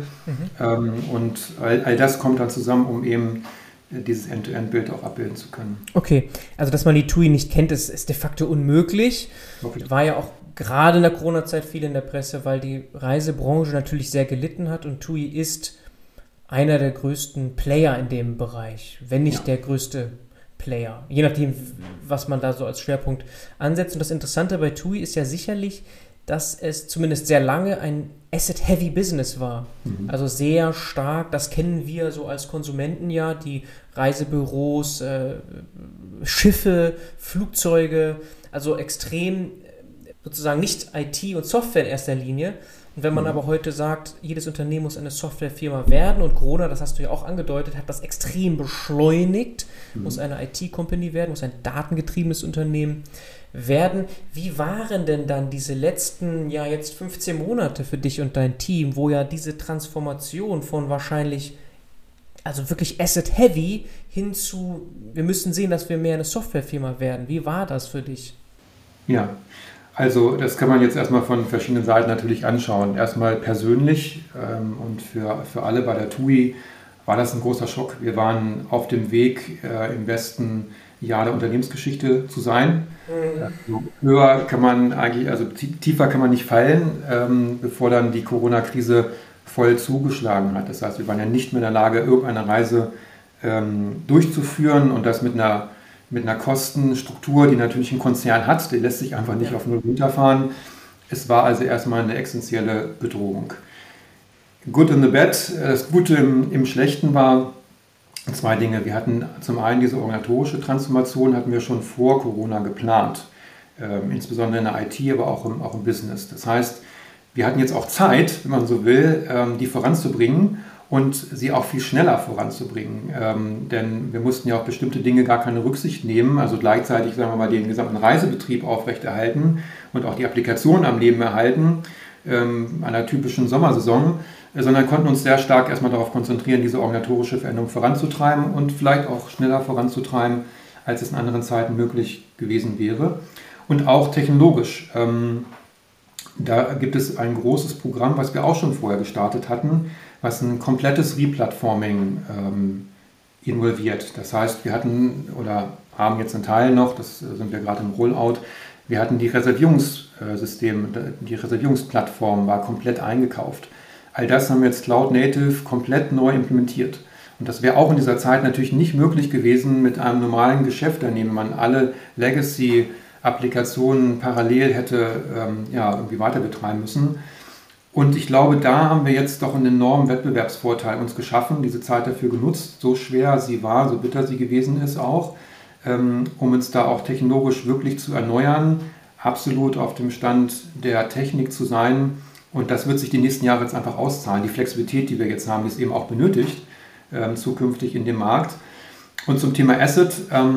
Und all das kommt dann zusammen, um eben dieses End-to-End-Bild auch abbilden zu können.
Okay, also dass man die TUI nicht kennt, ist de facto unmöglich. War ja auch gerade in der Corona-Zeit viel in der Presse, weil die Reisebranche natürlich sehr gelitten hat, und TUI ist einer der größten Player in dem Bereich, wenn nicht der größte Player, je nachdem, was man da so als Schwerpunkt ansetzt. Und das Interessante bei TUI ist ja sicherlich, dass es zumindest sehr lange ein Asset-Heavy Business war. Also sehr stark, das kennen wir so als Konsumenten ja, die Reisebüros, Schiffe, Flugzeuge, also extrem sozusagen nicht IT und Software in erster Linie, Und wenn man aber heute sagt, jedes Unternehmen muss eine Softwarefirma werden und Corona, das hast du ja auch angedeutet, hat das extrem beschleunigt, muss eine IT-Company werden, muss ein datengetriebenes Unternehmen werden. Wie waren denn dann diese letzten, jetzt 15 Monate für dich und dein Team, wo ja diese Transformation von wahrscheinlich, also wirklich Asset-Heavy hin zu, wir müssen sehen, dass wir mehr eine Softwarefirma werden. Wie war das für dich?
Ja, also das kann man jetzt erstmal von verschiedenen Seiten natürlich anschauen. Erstmal persönlich und für alle bei der TUI war das ein großer Schock. Wir waren auf dem Weg, im besten Jahr der Unternehmensgeschichte zu sein. Also höher kann man eigentlich, also tiefer kann man nicht fallen, bevor dann die Corona-Krise voll zugeschlagen hat. Das heißt, wir waren ja nicht mehr in der Lage, irgendeine Reise durchzuführen und das mit einer Kostenstruktur, die natürlich ein Konzern hat, die lässt sich einfach nicht auf Null runterfahren. Es war also erstmal eine existenzielle Bedrohung. Good in the bad, das Gute im Schlechten war zwei Dinge. Wir hatten zum einen diese organisatorische Transformation, hatten wir schon vor Corona geplant, insbesondere in der IT, aber auch im Business. Das heißt, wir hatten jetzt auch Zeit, wenn man so will, die voranzubringen und sie auch viel schneller voranzubringen. Denn wir mussten ja auf bestimmte Dinge gar keine Rücksicht nehmen, also gleichzeitig, sagen wir mal, den gesamten Reisebetrieb aufrechterhalten und auch die Applikation am Leben erhalten, einer typischen Sommersaison, sondern konnten uns sehr stark erstmal darauf konzentrieren, diese organisatorische Veränderung voranzutreiben und vielleicht auch schneller voranzutreiben, als es in anderen Zeiten möglich gewesen wäre. Und auch technologisch. Da gibt es ein großes Programm, was wir auch schon vorher gestartet hatten, was ein komplettes Replatforming involviert. Das heißt, wir hatten oder haben jetzt einen Teil noch, das sind wir gerade im Rollout, wir hatten die Reservierungssystem, die Reservierungsplattform war komplett eingekauft. All das haben wir jetzt Cloud Native komplett neu implementiert. Und das wäre auch in dieser Zeit natürlich nicht möglich gewesen mit einem normalen Geschäft, an dem man alle Legacy-Applikationen parallel hätte irgendwie weiter betreiben müssen. Und ich glaube, da haben wir jetzt doch einen enormen Wettbewerbsvorteil uns geschaffen, diese Zeit dafür genutzt, so schwer sie war, so bitter sie gewesen ist auch, um uns da auch technologisch wirklich zu erneuern, absolut auf dem Stand der Technik zu sein. Und das wird sich die nächsten Jahre jetzt einfach auszahlen. Die Flexibilität, die wir jetzt haben, ist eben auch benötigt, zukünftig in dem Markt. Und zum Thema Asset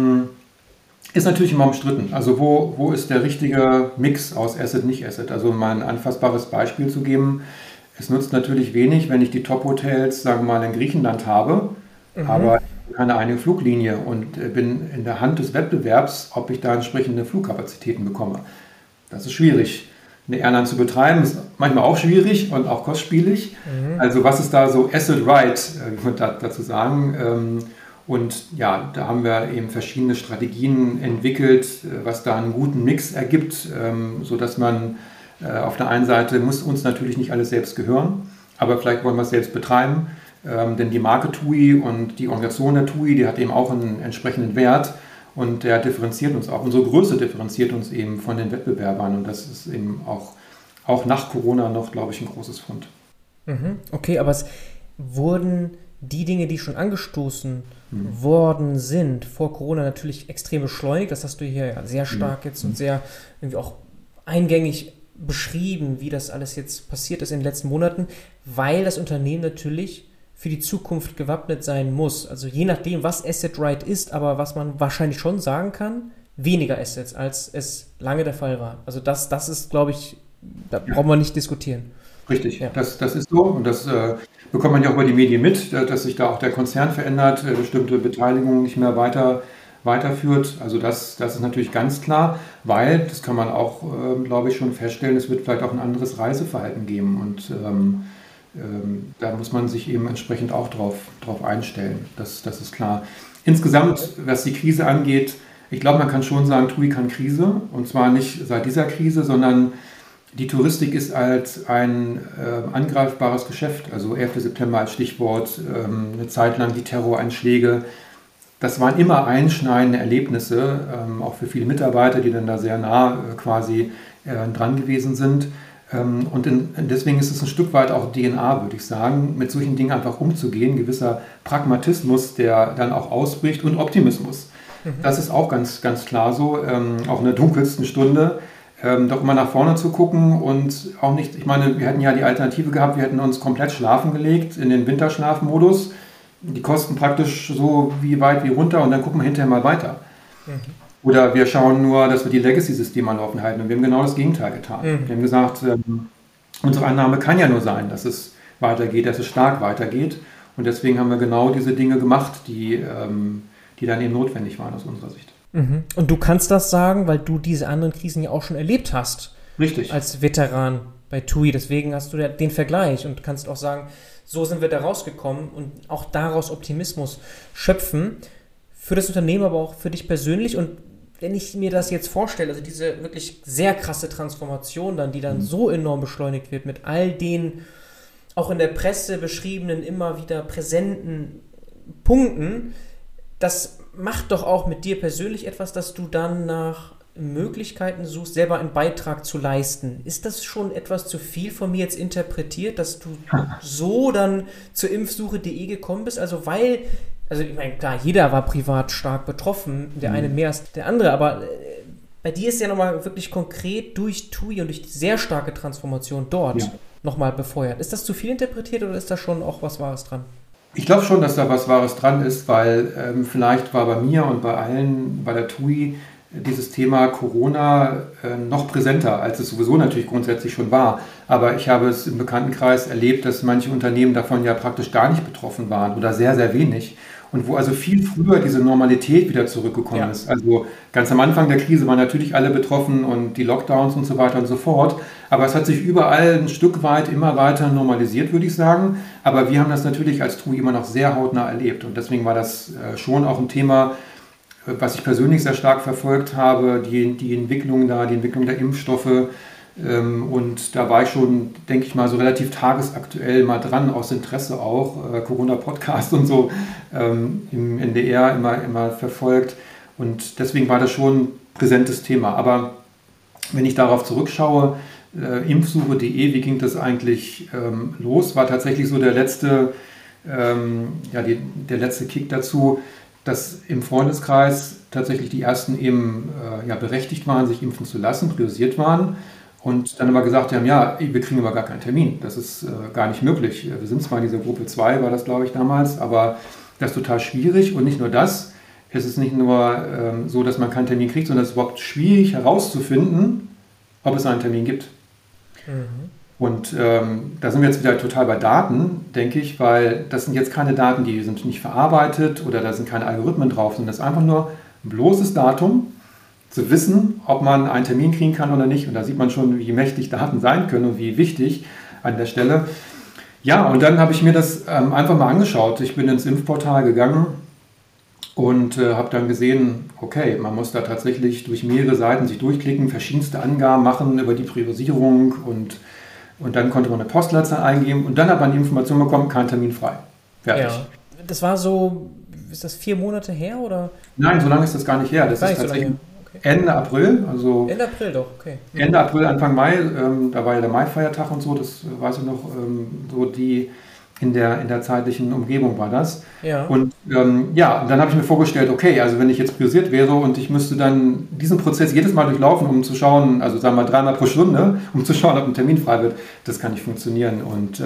ist natürlich immer umstritten. Also wo ist der richtige Mix aus Asset, nicht Asset? Also mal ein anfassbares Beispiel zu geben. Es nutzt natürlich wenig, wenn ich die Top-Hotels, sagen wir mal, in Griechenland habe, aber keine eigene Fluglinie und bin in der Hand des Wettbewerbs, ob ich da entsprechende Flugkapazitäten bekomme. Das ist schwierig. Eine Airline zu betreiben ist manchmal auch schwierig und auch kostspielig. Also was ist da so Asset Right, wie man dazu sagen? Und ja, da haben wir eben verschiedene Strategien entwickelt, was da einen guten Mix ergibt, sodass man auf der einen Seite muss uns natürlich nicht alles selbst gehören, aber vielleicht wollen wir es selbst betreiben, denn die Marke TUI und die Organisation der TUI, die hat eben auch einen entsprechenden Wert. Und der differenziert uns auch. Unsere Größe differenziert uns eben von den Wettbewerbern. Und das ist eben auch nach Corona noch, glaube ich, ein großes Fund.
Okay, aber es wurden die Dinge, die schon angestoßen worden sind, vor Corona natürlich extrem beschleunigt. Das hast du hier ja sehr stark jetzt und sehr irgendwie auch eingängig beschrieben, wie das alles jetzt passiert ist in den letzten Monaten, weil das Unternehmen natürlich für die Zukunft gewappnet sein muss. Also je nachdem, was Asset Right ist, aber was man wahrscheinlich schon sagen kann, weniger Assets, als es lange der Fall war. Also das ist, glaube ich, da brauchen wir nicht diskutieren.
Richtig, ja. Das ist so und das bekommt man ja auch über die Medien mit, dass sich da auch der Konzern verändert, bestimmte Beteiligungen nicht mehr weiterführt. Also das ist natürlich ganz klar, weil, das kann man auch, glaube ich, schon feststellen, es wird vielleicht auch ein anderes Reiseverhalten geben und da muss man sich eben entsprechend auch drauf einstellen. Das ist klar. Insgesamt, was die Krise angeht, ich glaube, man kann schon sagen, TUI kann Krise. Und zwar nicht seit dieser Krise, sondern die Touristik ist als ein angreifbares Geschäft. Also 11. September als Stichwort, eine Zeit lang die Terroreinschläge. Das waren immer einschneidende Erlebnisse, auch für viele Mitarbeiter, die dann da sehr nah quasi dran gewesen sind. Und deswegen ist es ein Stück weit auch DNA, würde ich sagen, mit solchen Dingen einfach umzugehen, gewisser Pragmatismus, der dann auch ausbricht und Optimismus. Das ist auch ganz, ganz klar so, auch in der dunkelsten Stunde doch immer nach vorne zu gucken und auch nicht, ich meine, wir hätten ja die Alternative gehabt, wir hätten uns komplett schlafen gelegt in den Winterschlafmodus, die Kosten praktisch so wie weit wie runter und dann gucken wir hinterher mal weiter. Oder wir schauen nur, dass wir die Legacy-Systeme am Laufen halten und wir haben genau das Gegenteil getan. Wir haben gesagt, unsere Annahme kann ja nur sein, dass es weitergeht, dass es stark weitergeht und deswegen haben wir genau diese Dinge gemacht, die dann eben notwendig waren aus unserer Sicht.
Und du kannst das sagen, weil du diese anderen Krisen ja auch schon erlebt hast.
Richtig.
Als Veteran bei TUI. Deswegen hast du ja den Vergleich und kannst auch sagen, so sind wir da rausgekommen und auch daraus Optimismus schöpfen. Für das Unternehmen, aber auch für dich persönlich. Und wenn ich mir das jetzt vorstelle, also diese wirklich sehr krasse Transformation dann, die dann so enorm beschleunigt wird mit all den auch in der Presse beschriebenen, immer wieder präsenten Punkten, das macht doch auch mit dir persönlich etwas, dass du dann nach Möglichkeiten suchst, selber einen Beitrag zu leisten. Ist das schon etwas zu viel von mir jetzt interpretiert, dass du so dann zur Impfsuche.de gekommen bist? Also ich meine, klar, jeder war privat stark betroffen, der eine mehr als der andere, aber bei dir ist ja nochmal wirklich konkret durch TUI und durch die sehr starke Transformation dort nochmal befeuert. Ist das zu viel interpretiert oder ist da schon auch was Wahres dran?
Ich glaube schon, dass da was Wahres dran ist, weil vielleicht war bei mir und bei allen bei der TUI dieses Thema Corona noch präsenter, als es sowieso natürlich grundsätzlich schon war. Aber ich habe es im Bekanntenkreis erlebt, dass manche Unternehmen davon ja praktisch gar nicht betroffen waren oder sehr, sehr wenig. Und wo also viel früher diese Normalität wieder zurückgekommen ist. Also ganz am Anfang der Krise waren natürlich alle betroffen und die Lockdowns und so weiter und so fort. Aber es hat sich überall ein Stück weit immer weiter normalisiert, würde ich sagen. Aber wir haben das natürlich als TUI immer noch sehr hautnah erlebt. Und deswegen war das schon auch ein Thema, was ich persönlich sehr stark verfolgt habe, die Entwicklung der Impfstoffe. Und da war ich schon, denke ich mal, so relativ tagesaktuell mal dran, aus Interesse auch, Corona-Podcast und so im NDR immer verfolgt. Und deswegen war das schon ein präsentes Thema. Aber wenn ich darauf zurückschaue, Impfsuche.de, wie ging das eigentlich los, war tatsächlich so der letzte Kick dazu, dass im Freundeskreis tatsächlich die ersten eben berechtigt waren, sich impfen zu lassen, priorisiert waren. Und dann immer gesagt haben, ja, wir kriegen aber gar keinen Termin. Das ist gar nicht möglich. Wir sind zwar in dieser Gruppe 2, war das glaube ich damals, aber das ist total schwierig. Und nicht nur das, es ist nicht nur so, dass man keinen Termin kriegt, sondern es ist überhaupt schwierig herauszufinden, ob es einen Termin gibt. Und da sind wir jetzt wieder total bei Daten, denke ich, weil das sind jetzt keine Daten, die sind nicht verarbeitet oder da sind keine Algorithmen drauf, sondern das ist einfach nur ein bloßes Datum, zu wissen, ob man einen Termin kriegen kann oder nicht. Und da sieht man schon, wie mächtig Daten sein können und wie wichtig an der Stelle. Ja, und dann habe ich mir das einfach mal angeschaut. Ich bin ins Impfportal gegangen und habe dann gesehen, okay, man muss da tatsächlich durch mehrere Seiten sich durchklicken, verschiedenste Angaben machen über die Priorisierung und dann konnte man eine Postleitzahl eingeben und dann hat man die Information bekommen, kein Termin frei. Fertig. Ja.
Das war so, ist das 4 Monate her oder?
Nein, so lange ist das gar nicht her. Das ist tatsächlich Ende April, also
Ende April doch, okay.
Ende April, Anfang Mai, da war ja der Mai-Feiertag und so, das weiß ich noch, so die in der zeitlichen Umgebung war das.
Ja.
Und dann habe ich mir vorgestellt, okay, also wenn ich jetzt priorisiert wäre und ich müsste dann diesen Prozess jedes Mal durchlaufen, um zu schauen, also sagen wir mal 3-mal pro Stunde, um zu schauen, ob ein Termin frei wird, das kann nicht funktionieren. Und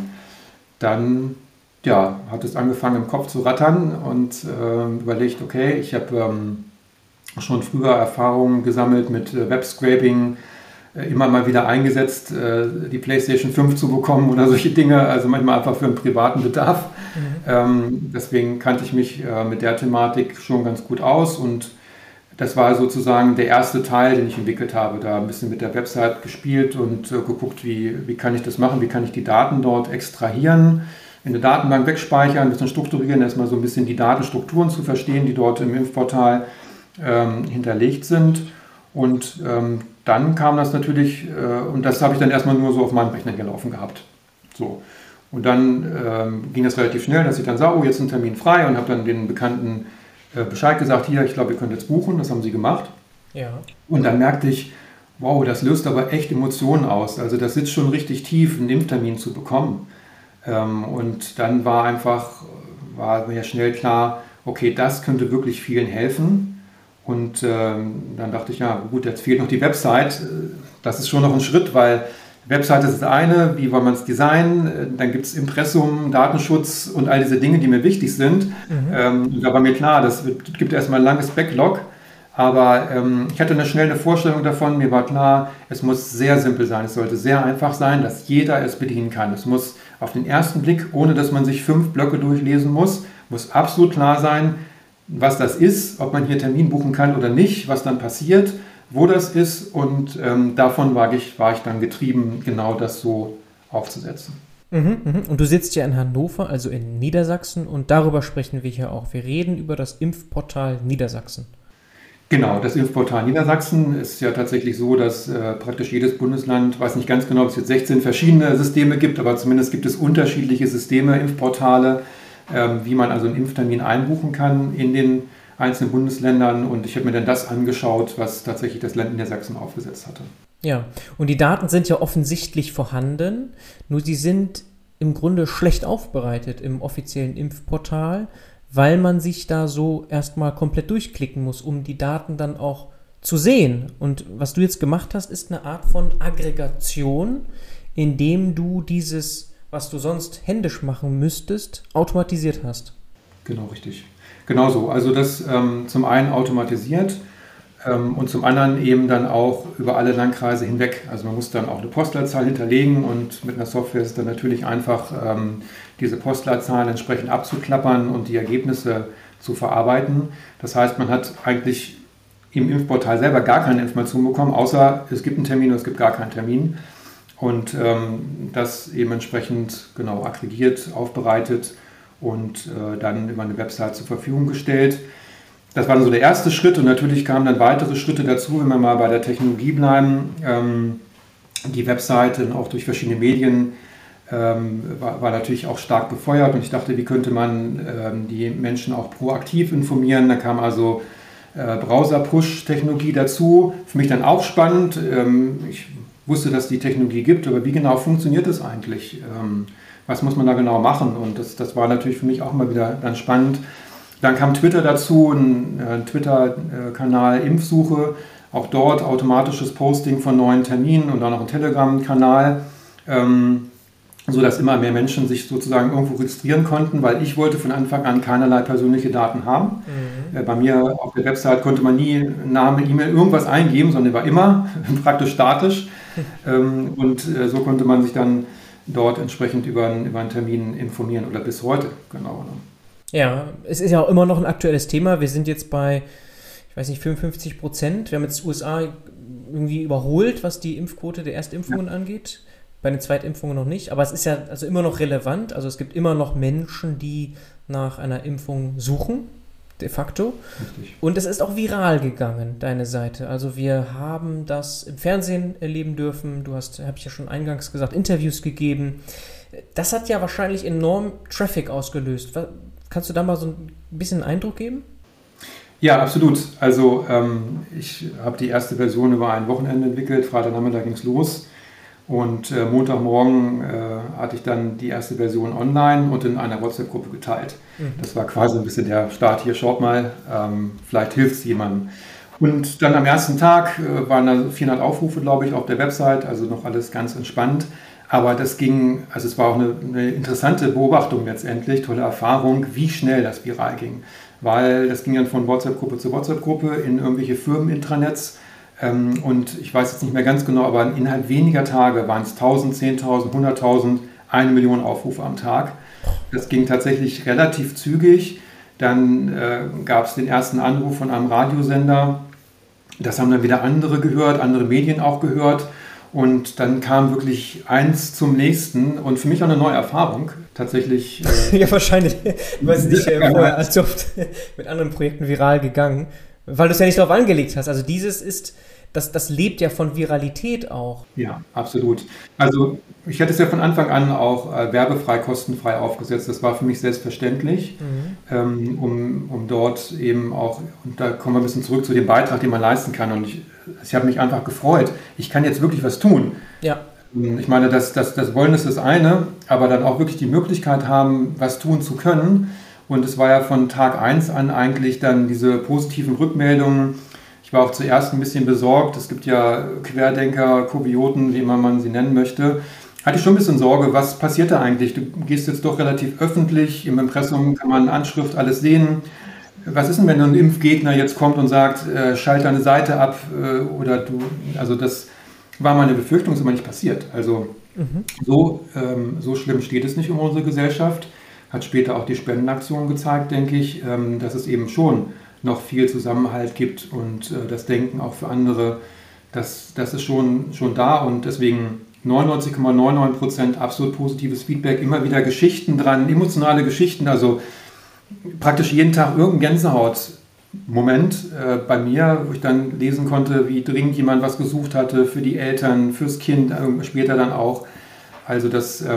dann hat es angefangen im Kopf zu rattern und überlegt, okay, ich habe schon früher Erfahrungen gesammelt mit Web-Scraping, immer mal wieder eingesetzt, die PlayStation 5 zu bekommen oder solche Dinge, also manchmal einfach für einen privaten Bedarf. Deswegen kannte ich mich mit der Thematik schon ganz gut aus und das war sozusagen der erste Teil, den ich entwickelt habe, da ein bisschen mit der Website gespielt und geguckt, wie kann ich das machen, wie kann ich die Daten dort extrahieren, in der Datenbank wegspeichern, ein bisschen strukturieren, erstmal so ein bisschen die Datenstrukturen zu verstehen, die dort im Impfportal hinterlegt sind. Und dann kam das natürlich, und das habe ich dann erstmal nur so auf meinem Rechner gelaufen gehabt. So. Und dann ging das relativ schnell, dass ich dann sah, oh, jetzt ist ein Termin frei und habe dann den Bekannten Bescheid gesagt, hier, ich glaube, ihr könnt jetzt buchen, das haben sie gemacht.
Ja.
Und dann merkte ich, wow, das löst aber echt Emotionen aus. Also das sitzt schon richtig tief, einen Impftermin zu bekommen. Und dann war mir schnell klar, okay, das könnte wirklich vielen helfen. Und dann dachte ich, ja gut, jetzt fehlt noch die Website. Das ist schon noch ein Schritt, weil Website ist das eine, wie wollen man es designen, dann gibt es Impressum, Datenschutz und all diese Dinge, die mir wichtig sind. Da war mir klar, das gibt erstmal ein langes Backlog, aber ich hatte schnell eine Vorstellung davon, mir war klar, es muss sehr simpel sein, es sollte sehr einfach sein, dass jeder es bedienen kann. Es muss auf den ersten Blick, ohne dass man sich 5 Blöcke durchlesen muss absolut klar sein, was das ist, ob man hier Termin buchen kann oder nicht, was dann passiert, wo das ist, und davon war ich dann getrieben, genau das so aufzusetzen.
Und du sitzt ja in Hannover, also in Niedersachsen, und darüber sprechen wir hier auch. Wir reden über das Impfportal Niedersachsen.
Genau, das Impfportal Niedersachsen ist ja tatsächlich so, dass praktisch jedes Bundesland, weiß nicht ganz genau, ob es jetzt 16 verschiedene Systeme gibt, aber zumindest gibt es unterschiedliche Systeme, Impfportale, wie man also einen Impftermin einbuchen kann in den einzelnen Bundesländern, und ich habe mir dann das angeschaut, was tatsächlich das Land Niedersachsen aufgesetzt hatte.
Ja, und die Daten sind ja offensichtlich vorhanden, nur sie sind im Grunde schlecht aufbereitet im offiziellen Impfportal, weil man sich da so erstmal komplett durchklicken muss, um die Daten dann auch zu sehen. Und was du jetzt gemacht hast, ist eine Art von Aggregation, indem du dieses, was du sonst händisch machen müsstest, automatisiert hast.
Genau, richtig. Genau so. Also das zum einen automatisiert und zum anderen eben dann auch über alle Landkreise hinweg. Also man muss dann auch eine Postleitzahl hinterlegen, und mit einer Software ist es dann natürlich einfach, diese Postleitzahlen entsprechend abzuklappern und die Ergebnisse zu verarbeiten. Das heißt, man hat eigentlich im Impfportal selber gar keine Information bekommen, außer es gibt einen Termin oder es gibt gar keinen Termin. Und das eben entsprechend genau aggregiert, aufbereitet und dann über eine Website zur Verfügung gestellt. Das war dann so der erste Schritt, und natürlich kamen dann weitere Schritte dazu, wenn wir mal bei der Technologie bleiben. Die Webseite auch durch verschiedene Medien war natürlich auch stark befeuert, und ich dachte, wie könnte man die Menschen auch proaktiv informieren. Da kam also Browser-Push-Technologie dazu, für mich dann auch spannend. Ich wusste, dass die Technologie gibt, aber wie genau funktioniert das eigentlich? Was muss man da genau machen? Und das war natürlich für mich auch mal wieder dann spannend. Dann kam Twitter dazu, ein Twitter-Kanal Impfsuche, auch dort automatisches Posting von neuen Terminen und dann noch ein Telegram-Kanal, sodass immer mehr Menschen sich sozusagen irgendwo registrieren konnten, weil ich wollte von Anfang an keinerlei persönliche Daten haben. Bei mir auf der Website konnte man nie Name, E-Mail, irgendwas eingeben, sondern war immer praktisch statisch. Und so konnte man sich dann dort entsprechend über einen Termin informieren, oder bis heute, genau.
Ja, es ist ja auch immer noch ein aktuelles Thema. Wir sind jetzt bei, ich weiß nicht, 55%. Wir haben jetzt die USA irgendwie überholt, was die Impfquote der Erstimpfungen angeht. Bei den Zweitimpfungen noch nicht. Aber es ist ja also immer noch relevant. Also es gibt immer noch Menschen, die nach einer Impfung suchen, de facto. Richtig. Und es ist auch viral gegangen, deine Seite. Also wir haben das im Fernsehen erleben dürfen. Du hast, habe ich ja schon eingangs gesagt, Interviews gegeben. Das hat ja wahrscheinlich enorm Traffic ausgelöst. Kannst du da mal so ein bisschen einen Eindruck geben?
Ja, absolut. Also ich habe die erste Version über ein Wochenende entwickelt. Freitagnachmittag ging es los. Und Montagmorgen hatte ich dann die erste Version online und in einer WhatsApp-Gruppe geteilt. Das war quasi ein bisschen der Start. Hier, schaut mal, vielleicht hilft es jemandem. Und dann am ersten Tag waren da 400 Aufrufe, glaube ich, auf der Website. Also noch alles ganz entspannt. Aber das ging, also es war auch eine interessante Beobachtung letztendlich, tolle Erfahrung, wie schnell das viral ging. Weil das ging dann von WhatsApp-Gruppe zu WhatsApp-Gruppe in irgendwelche Firmen-Intranets. Und ich weiß jetzt nicht mehr ganz genau, aber innerhalb weniger Tage waren es 1000, 10.000, 100.000, 1 Million Aufrufe am Tag. Das ging tatsächlich relativ zügig. Dann gab es den ersten Anruf von einem Radiosender. Das haben dann wieder andere gehört, andere Medien auch gehört. Und dann kam wirklich eins zum nächsten, und für mich auch eine neue Erfahrung, tatsächlich.
Ja, wahrscheinlich. Du weißt nicht, vorher als oft mit anderen Projekten viral gegangen, weil du es ja nicht darauf angelegt hast. Also dieses ist, das lebt ja von Viralität auch.
Ja, absolut. Also ich hatte es ja von Anfang an auch werbefrei, kostenfrei aufgesetzt. Das war für mich selbstverständlich, um dort eben auch, und da kommen wir ein bisschen zurück zu dem Beitrag, den man leisten kann. Und ich habe mich einfach gefreut. Ich kann jetzt wirklich was tun.
Ja.
Ich meine, das Wollen ist das eine, aber dann auch wirklich die Möglichkeit haben, was tun zu können. Und es war ja von Tag 1 an eigentlich dann diese positiven Rückmeldungen. Ich war auch zuerst ein bisschen besorgt. Es gibt ja Querdenker, Kubioten, wie immer man sie nennen möchte. Hatte ich schon ein bisschen Sorge, was passiert da eigentlich? Du gehst jetzt doch relativ öffentlich, im Impressum kann man Anschrift, alles sehen. Was ist denn, wenn ein Impfgegner jetzt kommt und sagt, schalt deine Seite ab oder du, also das war meine Befürchtung, ist immer nicht passiert. Also so schlimm steht es nicht um unsere Gesellschaft. Hat später auch die Spendenaktion gezeigt, denke ich, dass es eben schon noch viel Zusammenhalt gibt und das Denken auch für andere, das ist schon da und deswegen 99,99% absolut positives Feedback, immer wieder Geschichten dran, emotionale Geschichten, also praktisch jeden Tag irgendein Gänsehaut-Moment bei mir, wo ich dann lesen konnte, wie dringend jemand was gesucht hatte für die Eltern, fürs Kind, später dann auch. Also das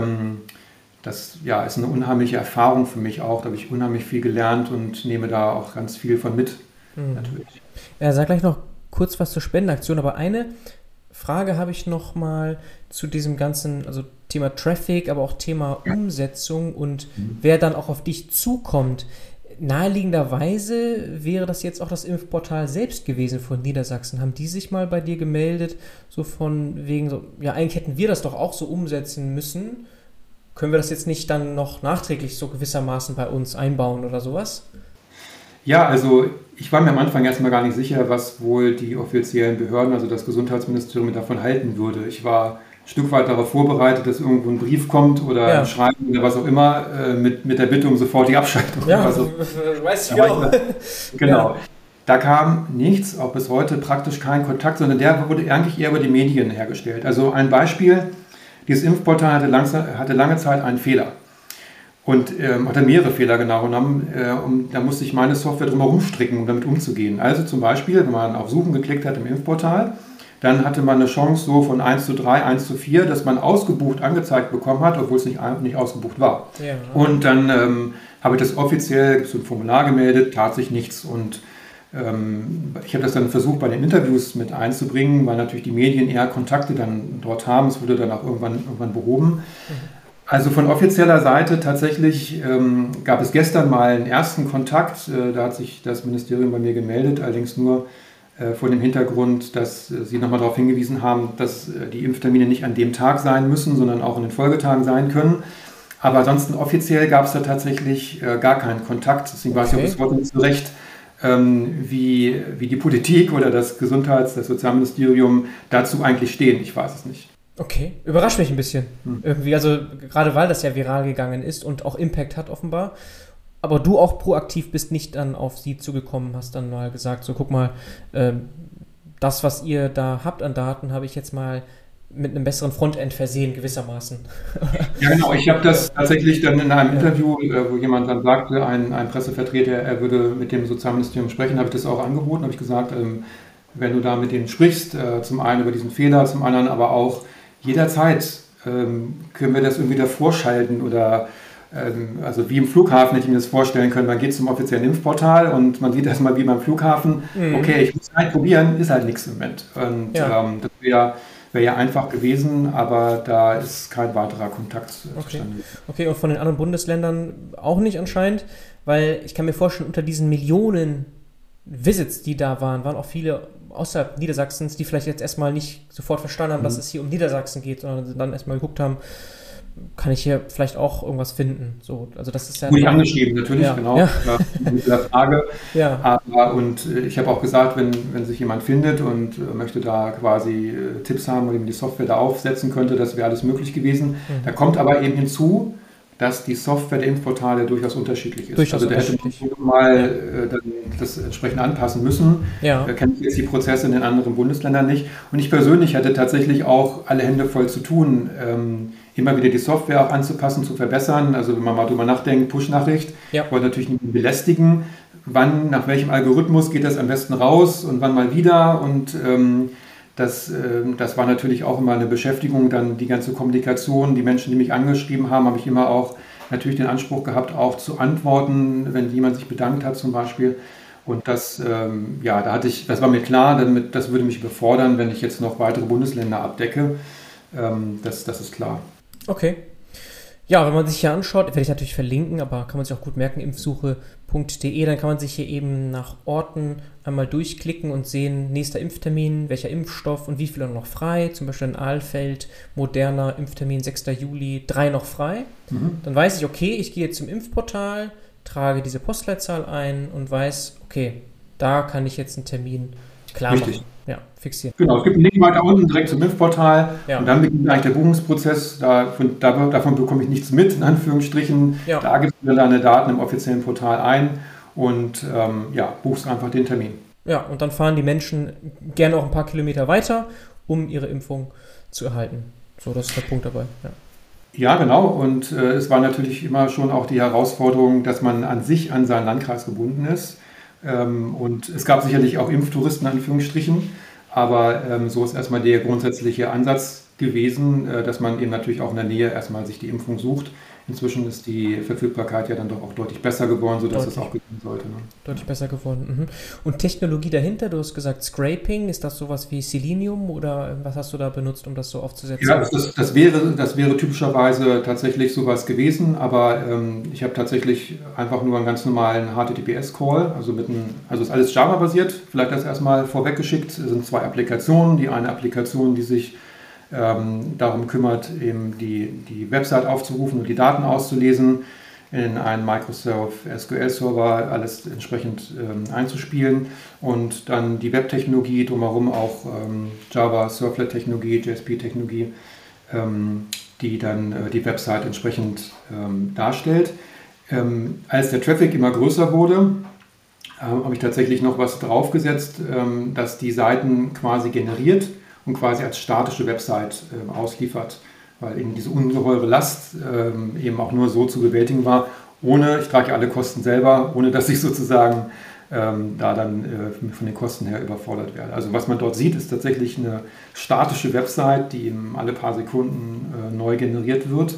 ja, ist eine unheimliche Erfahrung für mich auch. Da habe ich unheimlich viel gelernt und nehme da auch ganz viel von mit, natürlich.
Ja, sag gleich noch kurz was zur Spendenaktion, aber eine Frage habe ich noch mal zu diesem ganzen, also Thema Traffic, aber auch Thema Umsetzung und wer dann auch auf dich zukommt. Naheliegenderweise wäre das jetzt auch das Impfportal selbst gewesen von Niedersachsen. Haben die sich mal bei dir gemeldet, so von wegen so, ja, eigentlich hätten wir das doch auch so umsetzen müssen. Können wir das jetzt nicht dann noch nachträglich so gewissermaßen bei uns einbauen oder sowas?
Ja, also ich war mir am Anfang erstmal gar nicht sicher, was wohl die offiziellen Behörden, also das Gesundheitsministerium davon halten würde. Ich war ein Stück weit darauf vorbereitet, dass irgendwo ein Brief kommt oder ein Schreiben oder was auch immer mit der Bitte um sofortige Abschaltung.
Ja,
also,
weiß ich auch.
Genau. Ja. Da kam nichts, auch bis heute praktisch kein Kontakt, sondern der wurde eigentlich eher über die Medien hergestellt. Also ein Beispiel, dieses Impfportal hatte lange Zeit einen Fehler. Und hatte mehrere Fehler genau genommen. Da musste ich meine Software drumherum stricken, um damit umzugehen. Also zum Beispiel, wenn man auf Suchen geklickt hat im Impfportal, dann hatte man eine Chance so von 1:3, 1:4, dass man ausgebucht angezeigt bekommen hat, obwohl es nicht ausgebucht war. Ja. Und dann habe ich das offiziell so ein Formular gemeldet, tat sich nichts. Und ich habe das dann versucht, bei den Interviews mit einzubringen, weil natürlich die Medien eher Kontakte dann dort haben. Es wurde dann auch irgendwann behoben. Also von offizieller Seite tatsächlich gab es gestern mal einen ersten Kontakt. Da hat sich das Ministerium bei mir gemeldet, allerdings nur vor dem Hintergrund, dass sie nochmal darauf hingewiesen haben, dass die Impftermine nicht an dem Tag sein müssen, sondern auch in den Folgetagen sein können. Aber ansonsten offiziell gab es da tatsächlich gar keinen Kontakt. Deswegen weiß ich auch bis heute nicht so recht, wie die Politik oder das Sozialministerium dazu eigentlich stehen. Ich weiß es nicht.
Okay, überrascht mich ein bisschen. Irgendwie, also gerade weil das ja viral gegangen ist und auch Impact hat offenbar, aber du auch proaktiv bist, nicht dann auf sie zugekommen, hast dann mal gesagt, so guck mal, das, was ihr da habt an Daten, habe ich jetzt mal mit einem besseren Frontend versehen, gewissermaßen.
Ja, genau. Ich habe das tatsächlich dann in einem Interview, wo jemand dann sagte, ein Pressevertreter, er würde mit dem Sozialministerium sprechen, habe ich das auch angeboten, habe ich gesagt, wenn du da mit denen sprichst, zum einen über diesen Fehler, zum anderen aber auch jederzeit können wir das irgendwie davor schalten oder also wie im Flughafen hätte ich mir das vorstellen können, man geht zum offiziellen Impfportal und man sieht erstmal wie beim Flughafen, okay, ich muss halt probieren, ist halt nichts im Moment. Und das wäre ja einfach gewesen, aber da ist kein weiterer Kontakt zustande.
Okay, und von den anderen Bundesländern auch nicht anscheinend, weil ich kann mir vorstellen, unter diesen Millionen Visits, die da waren auch viele außerhalb Niedersachsens, die vielleicht jetzt erstmal nicht sofort verstanden haben, dass es hier um Niedersachsen geht, sondern dann erstmal geguckt haben, kann ich hier vielleicht auch irgendwas finden. So, also das ist ja...
Wurde ich angeschrieben, natürlich, genau. Ja. Mit der Frage. Ja. Aber, und ich habe auch gesagt, wenn sich jemand findet und möchte da quasi Tipps haben, wie man die Software da aufsetzen könnte, das wäre alles möglich gewesen. Da kommt aber eben hinzu, dass die Software der Impfportale durchaus unterschiedlich ist. Also da hätte man mal dann das entsprechend anpassen müssen. Ja. Da kenne ich jetzt die Prozesse in den anderen Bundesländern nicht. Und ich persönlich hatte tatsächlich auch alle Hände voll zu tun, immer wieder die Software auch anzupassen, zu verbessern. Also wenn man mal drüber nachdenkt, Push-Nachricht, wollte natürlich nicht belästigen. Wann, nach welchem Algorithmus geht das am besten raus und wann mal wieder und das war natürlich auch immer eine Beschäftigung, dann die ganze Kommunikation, die Menschen, die mich angeschrieben haben, habe ich immer auch natürlich den Anspruch gehabt, auch zu antworten, wenn jemand sich bedankt hat zum Beispiel. Und das war mir klar, das würde mich überfordern, wenn ich jetzt noch weitere Bundesländer abdecke. Das ist klar.
Okay. Ja, wenn man sich hier anschaut, werde ich natürlich verlinken, aber kann man sich auch gut merken, impfsuche.de, dann kann man sich hier eben nach Orten einmal durchklicken und sehen, nächster Impftermin, welcher Impfstoff und wie viele noch frei, zum Beispiel in Ahlfeld, Moderna, Impftermin 6. Juli, 3 noch frei. Dann weiß ich, okay, ich gehe jetzt zum Impfportal, trage diese Postleitzahl ein und weiß, okay, da kann ich jetzt einen Termin klar machen. Ja, fixieren.
Genau, es gibt einen Link weiter unten direkt zum Impfportal und dann beginnt eigentlich der Buchungsprozess. Davon bekomme ich nichts mit, in Anführungsstrichen. Ja. Da gibst du deine Daten im offiziellen Portal ein und buchst einfach den Termin.
Ja, und dann fahren die Menschen gerne auch ein paar Kilometer weiter, um ihre Impfung zu erhalten. So, das ist der Punkt dabei.
Ja, genau. Und es war natürlich immer schon auch die Herausforderung, dass man an sich an seinen Landkreis gebunden ist. Und es gab sicherlich auch Impftouristen, in Anführungsstrichen, aber so ist erstmal der grundsätzliche Ansatz gewesen, dass man eben natürlich auch in der Nähe erstmal sich die Impfung sucht. Inzwischen ist die Verfügbarkeit ja dann doch auch deutlich besser geworden, sodass es auch gelingen sollte. Ne?
Deutlich besser geworden. Und Technologie dahinter, du hast gesagt Scraping, ist das sowas wie Selenium oder was hast du da benutzt, um das so aufzusetzen?
Ja, das wäre typischerweise tatsächlich sowas gewesen, aber ich habe tatsächlich einfach nur einen ganz normalen HTTPS-Call, also ist alles Java-basiert, vielleicht das erstmal vorweggeschickt, es sind 2 Applikationen, die eine Applikation, die sich darum kümmert, eben die Website aufzurufen und die Daten auszulesen, in einen Microsoft SQL-Server alles entsprechend einzuspielen und dann die Webtechnologie drumherum auch Java, Servlet-Technologie, JSP-Technologie, die dann die Website entsprechend darstellt. Als der Traffic immer größer wurde, habe ich tatsächlich noch was draufgesetzt, dass die Seiten quasi generiert und quasi als statische Website ausliefert, weil eben diese ungeheure Last eben auch nur so zu bewältigen war, ich trage ja alle Kosten selber, ohne dass ich sozusagen da dann von den Kosten her überfordert werde. Also was man dort sieht, ist tatsächlich eine statische Website, die eben alle paar Sekunden neu generiert wird.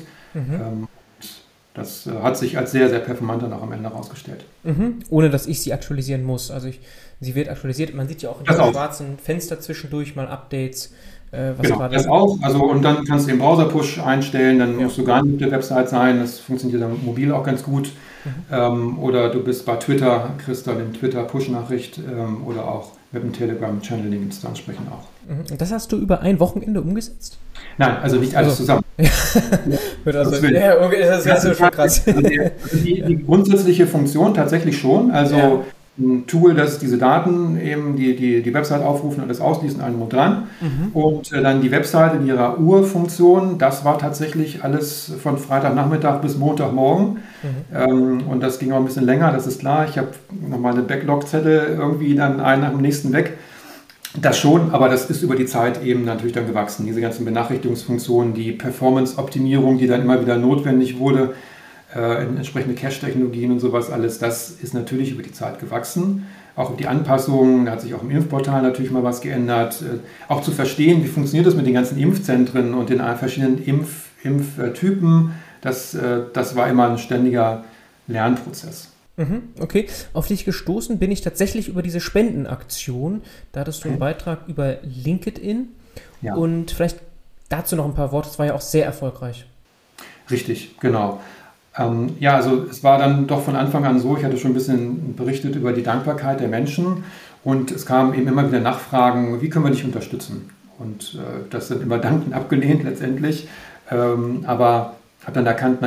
Das hat sich als sehr, sehr performant dann auch am Ende herausgestellt.
Ohne dass ich sie aktualisieren muss. Also sie wird aktualisiert. Man sieht ja auch in diesem schwarzen Fenster zwischendurch mal Updates.
Das auch. Also, und dann kannst du den Browser-Push einstellen, dann musst du gar nicht auf der Website sein. Das funktioniert dann mobil auch ganz gut. Oder du bist bei Twitter, kriegst dann den Twitter-Push-Nachricht oder auch mit dem Telegram-Channel, den gibt es da entsprechend auch.
Und das hast du über ein Wochenende umgesetzt?
Nein, also nicht alles zusammen.
Das ist schon krass.
Also die grundsätzliche Funktion tatsächlich schon. Also ein Tool, das diese Daten eben die Website aufrufen und das ausliest, allem und dran. Und dann die Website in ihrer Urfunktion, das war tatsächlich alles von Freitagnachmittag bis Montagmorgen. Und das ging auch ein bisschen länger, das ist klar. Ich habe nochmal eine Backlog-Zettel irgendwie dann einen nach dem nächsten weg. Das schon, aber das ist über die Zeit eben natürlich dann gewachsen. Diese ganzen Benachrichtigungsfunktionen, die Performance-Optimierung, die dann immer wieder notwendig wurde, entsprechende Cache-Technologien und sowas alles, das ist natürlich über die Zeit gewachsen. Auch die Anpassungen, da hat sich auch im Impfportal natürlich mal was geändert. Auch zu verstehen, wie funktioniert das mit den ganzen Impfzentren und den verschiedenen Impftypen, das war immer ein ständiger Lernprozess.
Okay, auf dich gestoßen bin ich tatsächlich über diese Spendenaktion. Da hattest du einen Beitrag über LinkedIn und vielleicht dazu noch ein paar Worte. Das war ja auch sehr erfolgreich.
Richtig, genau. Also es war dann doch von Anfang an so, ich hatte schon ein bisschen berichtet über die Dankbarkeit der Menschen und es kamen eben immer wieder Nachfragen, wie können wir dich unterstützen? Und das sind immer dankend abgelehnt letztendlich, aber habe dann erkannt,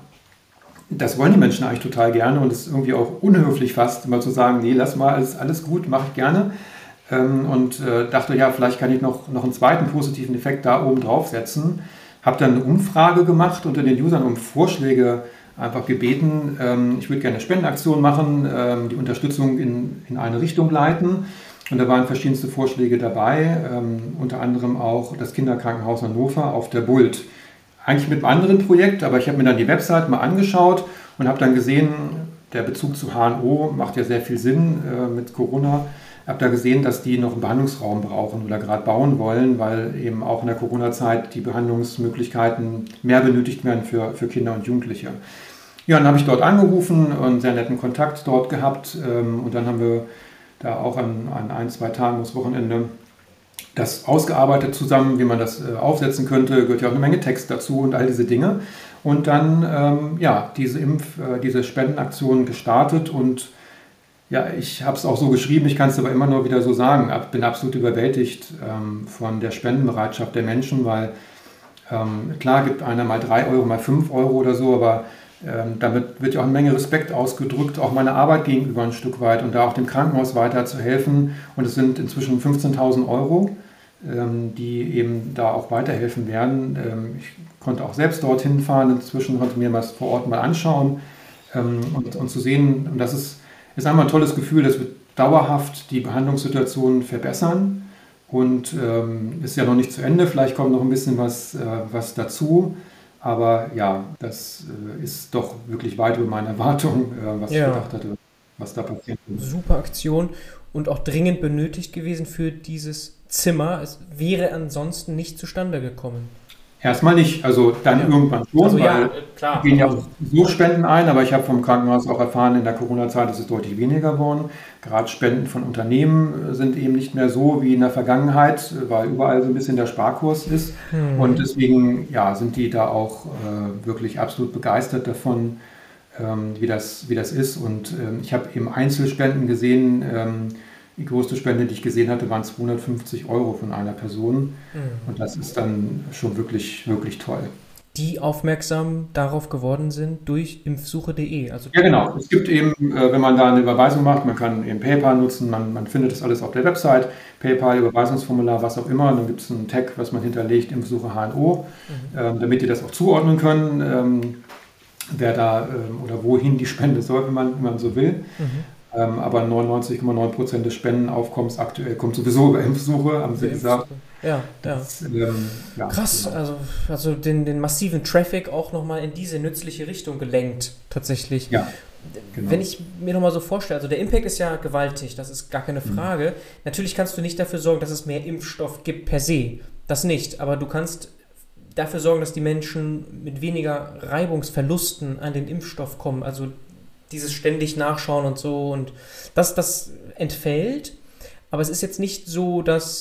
das wollen die Menschen eigentlich total gerne und es ist irgendwie auch unhöflich fast, immer zu sagen, nee, lass mal, alles gut, mache ich gerne. Und dachte, vielleicht kann ich noch einen zweiten positiven Effekt da oben drauf setzen. Habe dann eine Umfrage gemacht unter den Usern um Vorschläge einfach gebeten. Ich würde gerne eine Spendenaktion machen, die Unterstützung in eine Richtung leiten. Und da waren verschiedenste Vorschläge dabei, unter anderem auch das Kinderkrankenhaus Hannover auf der Bult. Eigentlich mit einem anderen Projekt, aber ich habe mir dann die Website mal angeschaut und habe dann gesehen, der Bezug zu HNO macht ja sehr viel Sinn mit Corona. Ich habe da gesehen, dass die noch einen Behandlungsraum brauchen oder gerade bauen wollen, weil eben auch in der Corona-Zeit die Behandlungsmöglichkeiten mehr benötigt werden für Kinder und Jugendliche. Ja, dann habe ich dort angerufen und einen sehr netten Kontakt dort gehabt und dann haben wir da auch an 1-2 Tagen das Wochenende das ausgearbeitet zusammen, wie man das aufsetzen könnte, gehört ja auch eine Menge Text dazu und all diese Dinge. Und dann diese Spendenaktion gestartet und ja, ich habe es auch so geschrieben, ich kann es aber immer nur wieder so sagen, bin absolut überwältigt von der Spendenbereitschaft der Menschen, weil klar gibt einer mal 3 Euro, mal 5 Euro oder so, aber damit wird ja auch eine Menge Respekt ausgedrückt, auch meiner Arbeit gegenüber ein Stück weit und da auch dem Krankenhaus weiter zu helfen. Und es sind inzwischen 15.000 Euro, die eben da auch weiterhelfen werden. Ich konnte auch selbst dorthin fahren, inzwischen konnte mir das vor Ort mal anschauen und zu sehen, und das ist einmal ein tolles Gefühl, dass wir dauerhaft die Behandlungssituation verbessern und ist ja noch nicht zu Ende, vielleicht kommt noch ein bisschen was dazu. Aber ja, das ist doch wirklich weit über meine Erwartung, was ich gedacht hatte, was da passiert ist.
Super Aktion und auch dringend benötigt gewesen für dieses Zimmer. Es wäre ansonsten nicht zustande gekommen.
Erstmal nicht, also dann irgendwann schon,
also,
weil
klar.
wir gehen ja auch so Spenden ein, aber ich habe vom Krankenhaus auch erfahren, in der Corona-Zeit ist es deutlich weniger geworden. Gerade Spenden von Unternehmen sind eben nicht mehr so wie in der Vergangenheit, weil überall so ein bisschen der Sparkurs ist. Und deswegen sind die da auch wirklich absolut begeistert davon, wie das ist. Und ich habe eben Einzelspenden gesehen. Die größte Spende, die ich gesehen hatte, waren 250 Euro von einer Person. Und das ist dann schon wirklich, wirklich toll.
Die aufmerksam darauf geworden sind durch impfsuche.de. Also
ja, genau. Es gibt eben, wenn man da eine Überweisung macht, man kann eben PayPal nutzen, man findet das alles auf der Website, PayPal, Überweisungsformular, was auch immer. Dann gibt es einen Tag, was man hinterlegt, Impfsuche HNO, damit die das auch zuordnen können, wer da oder wohin die Spende soll, wenn man so will. Aber 99,9% des Spendenaufkommens aktuell kommt sowieso über Impfsuche, haben sie gesagt.
Ja. Krass, genau. also den massiven Traffic auch nochmal in diese nützliche Richtung gelenkt, tatsächlich.
Ja, genau.
Wenn ich mir nochmal so vorstelle, also der Impact ist ja gewaltig, das ist gar keine Frage. Natürlich kannst du nicht dafür sorgen, dass es mehr Impfstoff gibt per se, das nicht, aber du kannst dafür sorgen, dass die Menschen mit weniger Reibungsverlusten an den Impfstoff kommen, also dieses ständig Nachschauen und so, und das entfällt, aber es ist jetzt nicht so,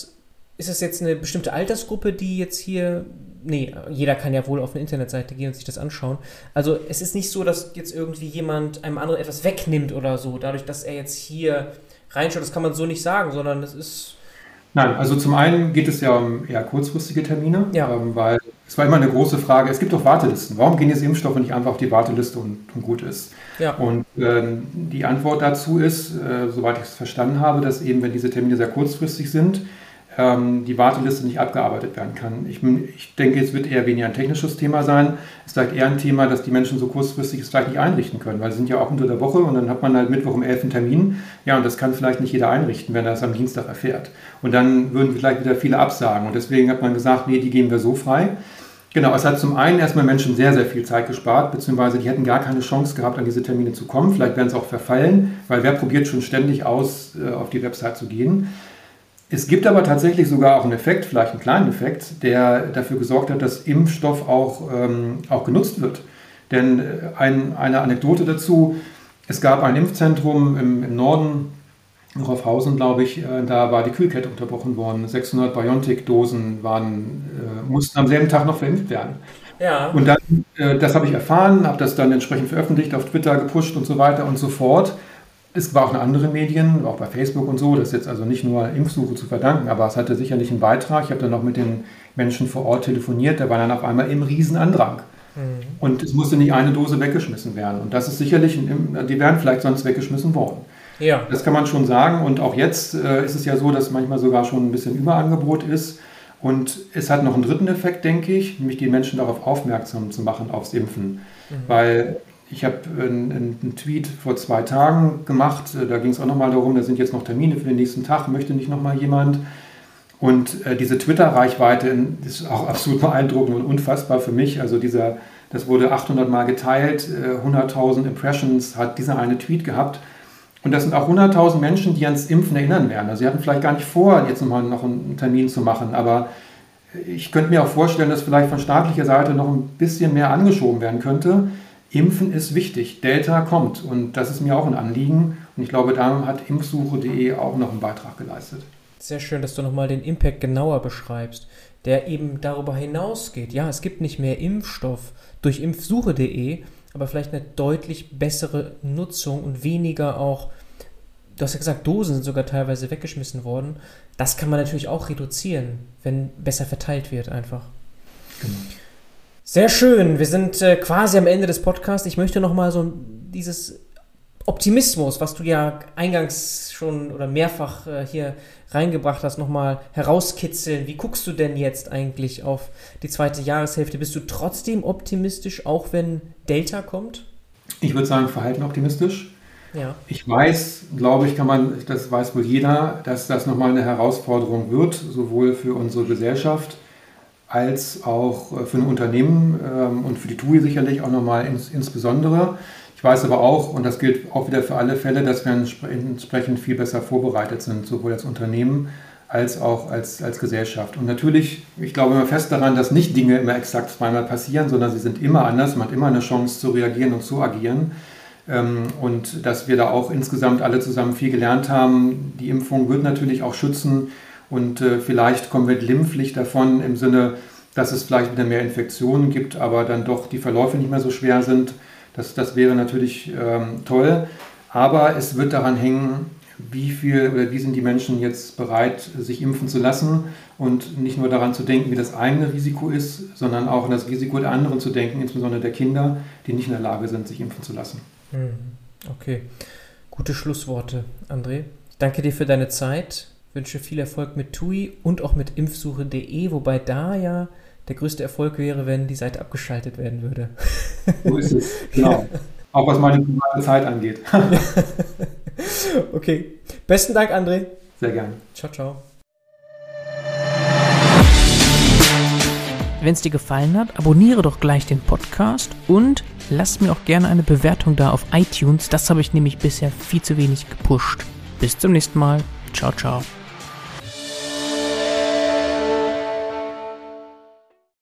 ist es jetzt eine bestimmte Altersgruppe, die jetzt hier, jeder kann ja wohl auf eine Internetseite gehen und sich das anschauen, also es ist nicht so, dass jetzt irgendwie jemand einem anderen etwas wegnimmt oder so, dadurch, dass er jetzt hier reinschaut, das kann man so nicht sagen, sondern das ist...
Nein, also zum einen geht es ja um eher kurzfristige Termine, weil es war immer eine große Frage, es gibt doch Wartelisten. Warum gehen jetzt Impfstoffe nicht einfach auf die Warteliste und gut ist? Ja. Und die Antwort dazu ist, soweit ich es verstanden habe, dass eben, wenn diese Termine sehr kurzfristig sind, die Warteliste nicht abgearbeitet werden kann. Ich denke, es wird eher weniger ein technisches Thema sein. Es ist vielleicht eher ein Thema, dass die Menschen so kurzfristig es vielleicht nicht einrichten können, weil sie sind ja auch unter der Woche und dann hat man halt Mittwoch um 11 einen Termin. Ja, und das kann vielleicht nicht jeder einrichten, wenn er es am Dienstag erfährt. Und dann würden vielleicht wieder viele absagen. Und deswegen hat man gesagt, die geben wir so frei. Genau, es hat zum einen erstmal Menschen sehr, sehr viel Zeit gespart, beziehungsweise die hätten gar keine Chance gehabt, an diese Termine zu kommen. Vielleicht wären sie auch verfallen, weil wer probiert schon ständig aus, auf die Website zu gehen. Es gibt aber tatsächlich sogar auch einen Effekt, vielleicht einen kleinen Effekt, der dafür gesorgt hat, dass Impfstoff auch genutzt wird. Denn eine Anekdote dazu, es gab ein Impfzentrum im Norden, Raufhausen, glaube ich, da war die Kühlkette unterbrochen worden. 600 BioNTech-Dosen mussten am selben Tag noch verimpft werden. Ja. Und dann, das habe ich erfahren, habe das dann entsprechend veröffentlicht, auf Twitter gepusht und so weiter und so fort. Es war auch in anderen Medien, auch bei Facebook und so, das ist jetzt also nicht nur Impfsuche zu verdanken, aber es hatte sicherlich einen Beitrag. Ich habe dann noch mit den Menschen vor Ort telefoniert, da war dann auf einmal im Riesenandrang. Und es musste nicht eine Dose weggeschmissen werden. Und das ist sicherlich, die wären vielleicht sonst weggeschmissen worden. Ja. Das kann man schon sagen. Und auch jetzt ist es ja so, dass manchmal sogar schon ein bisschen Überangebot ist. Und es hat noch einen dritten Effekt, denke ich, nämlich die Menschen darauf aufmerksam zu machen, aufs Impfen. Weil ich habe einen Tweet vor 2 Tagen gemacht, da ging es auch nochmal darum, da sind jetzt noch Termine für den nächsten Tag, möchte nicht nochmal jemand. Und diese Twitter-Reichweite ist auch absolut beeindruckend und unfassbar für mich. Also das wurde 800 Mal geteilt, 100.000 Impressions hat dieser eine Tweet gehabt. Und das sind auch 100.000 Menschen, die ans Impfen erinnern werden. Also sie hatten vielleicht gar nicht vor, jetzt noch einen Termin zu machen, aber ich könnte mir auch vorstellen, dass vielleicht von staatlicher Seite noch ein bisschen mehr angeschoben werden könnte. Impfen ist wichtig, Delta kommt und das ist mir auch ein Anliegen. Und ich glaube, da hat impfsuche.de auch noch einen Beitrag geleistet.
Sehr schön, dass du nochmal den Impact genauer beschreibst, der eben darüber hinausgeht. Ja, es gibt nicht mehr Impfstoff durch impfsuche.de, aber vielleicht eine deutlich bessere Nutzung und weniger auch, du hast ja gesagt, Dosen sind sogar teilweise weggeschmissen worden. Das kann man natürlich auch reduzieren, wenn besser verteilt wird einfach. Genau. Sehr schön, wir sind quasi am Ende des Podcasts. Ich möchte nochmal so dieses Optimismus, was du ja eingangs schon oder mehrfach hier reingebracht hast, nochmal herauskitzeln. Wie guckst du denn jetzt eigentlich auf die zweite Jahreshälfte? Bist du trotzdem optimistisch, auch wenn Delta kommt?
Ich würde sagen, verhalten optimistisch.
Ja.
Ich weiß, glaube ich, das weiß wohl jeder, dass das nochmal eine Herausforderung wird, sowohl für unsere Gesellschaft als auch für ein Unternehmen und für die TUI sicherlich auch nochmal insbesondere. Ich weiß aber auch, und das gilt auch wieder für alle Fälle, dass wir entsprechend viel besser vorbereitet sind, sowohl als Unternehmen als auch als Gesellschaft. Und natürlich, ich glaube immer fest daran, dass nicht Dinge immer exakt zweimal passieren, sondern sie sind immer anders. Man hat immer eine Chance zu reagieren und zu agieren. Und dass wir da auch insgesamt alle zusammen viel gelernt haben. Die Impfung wird natürlich auch schützen und vielleicht kommen wir glimpflich davon im Sinne, dass es vielleicht wieder mehr Infektionen gibt, aber dann doch die Verläufe nicht mehr so schwer sind. Das wäre natürlich toll, aber es wird daran hängen, wie sind die Menschen jetzt bereit, sich impfen zu lassen und nicht nur daran zu denken, wie das eigene Risiko ist, sondern auch an das Risiko der anderen zu denken, insbesondere der Kinder, die nicht in der Lage sind, sich impfen zu lassen.
Okay, gute Schlussworte, André. Ich danke dir für deine Zeit, wünsche viel Erfolg mit TUI und auch mit impfsuche.de, wobei da ja der größte Erfolg wäre, wenn die Seite abgeschaltet werden würde.
So ist es, genau. Auch was meine private Zeit angeht.
Okay, besten Dank, André.
Sehr gerne.
Ciao, ciao. Wenn es dir gefallen hat, abonniere doch gleich den Podcast und lass mir auch gerne eine Bewertung da auf iTunes. Das habe ich nämlich bisher viel zu wenig gepusht. Bis zum nächsten Mal. Ciao, ciao.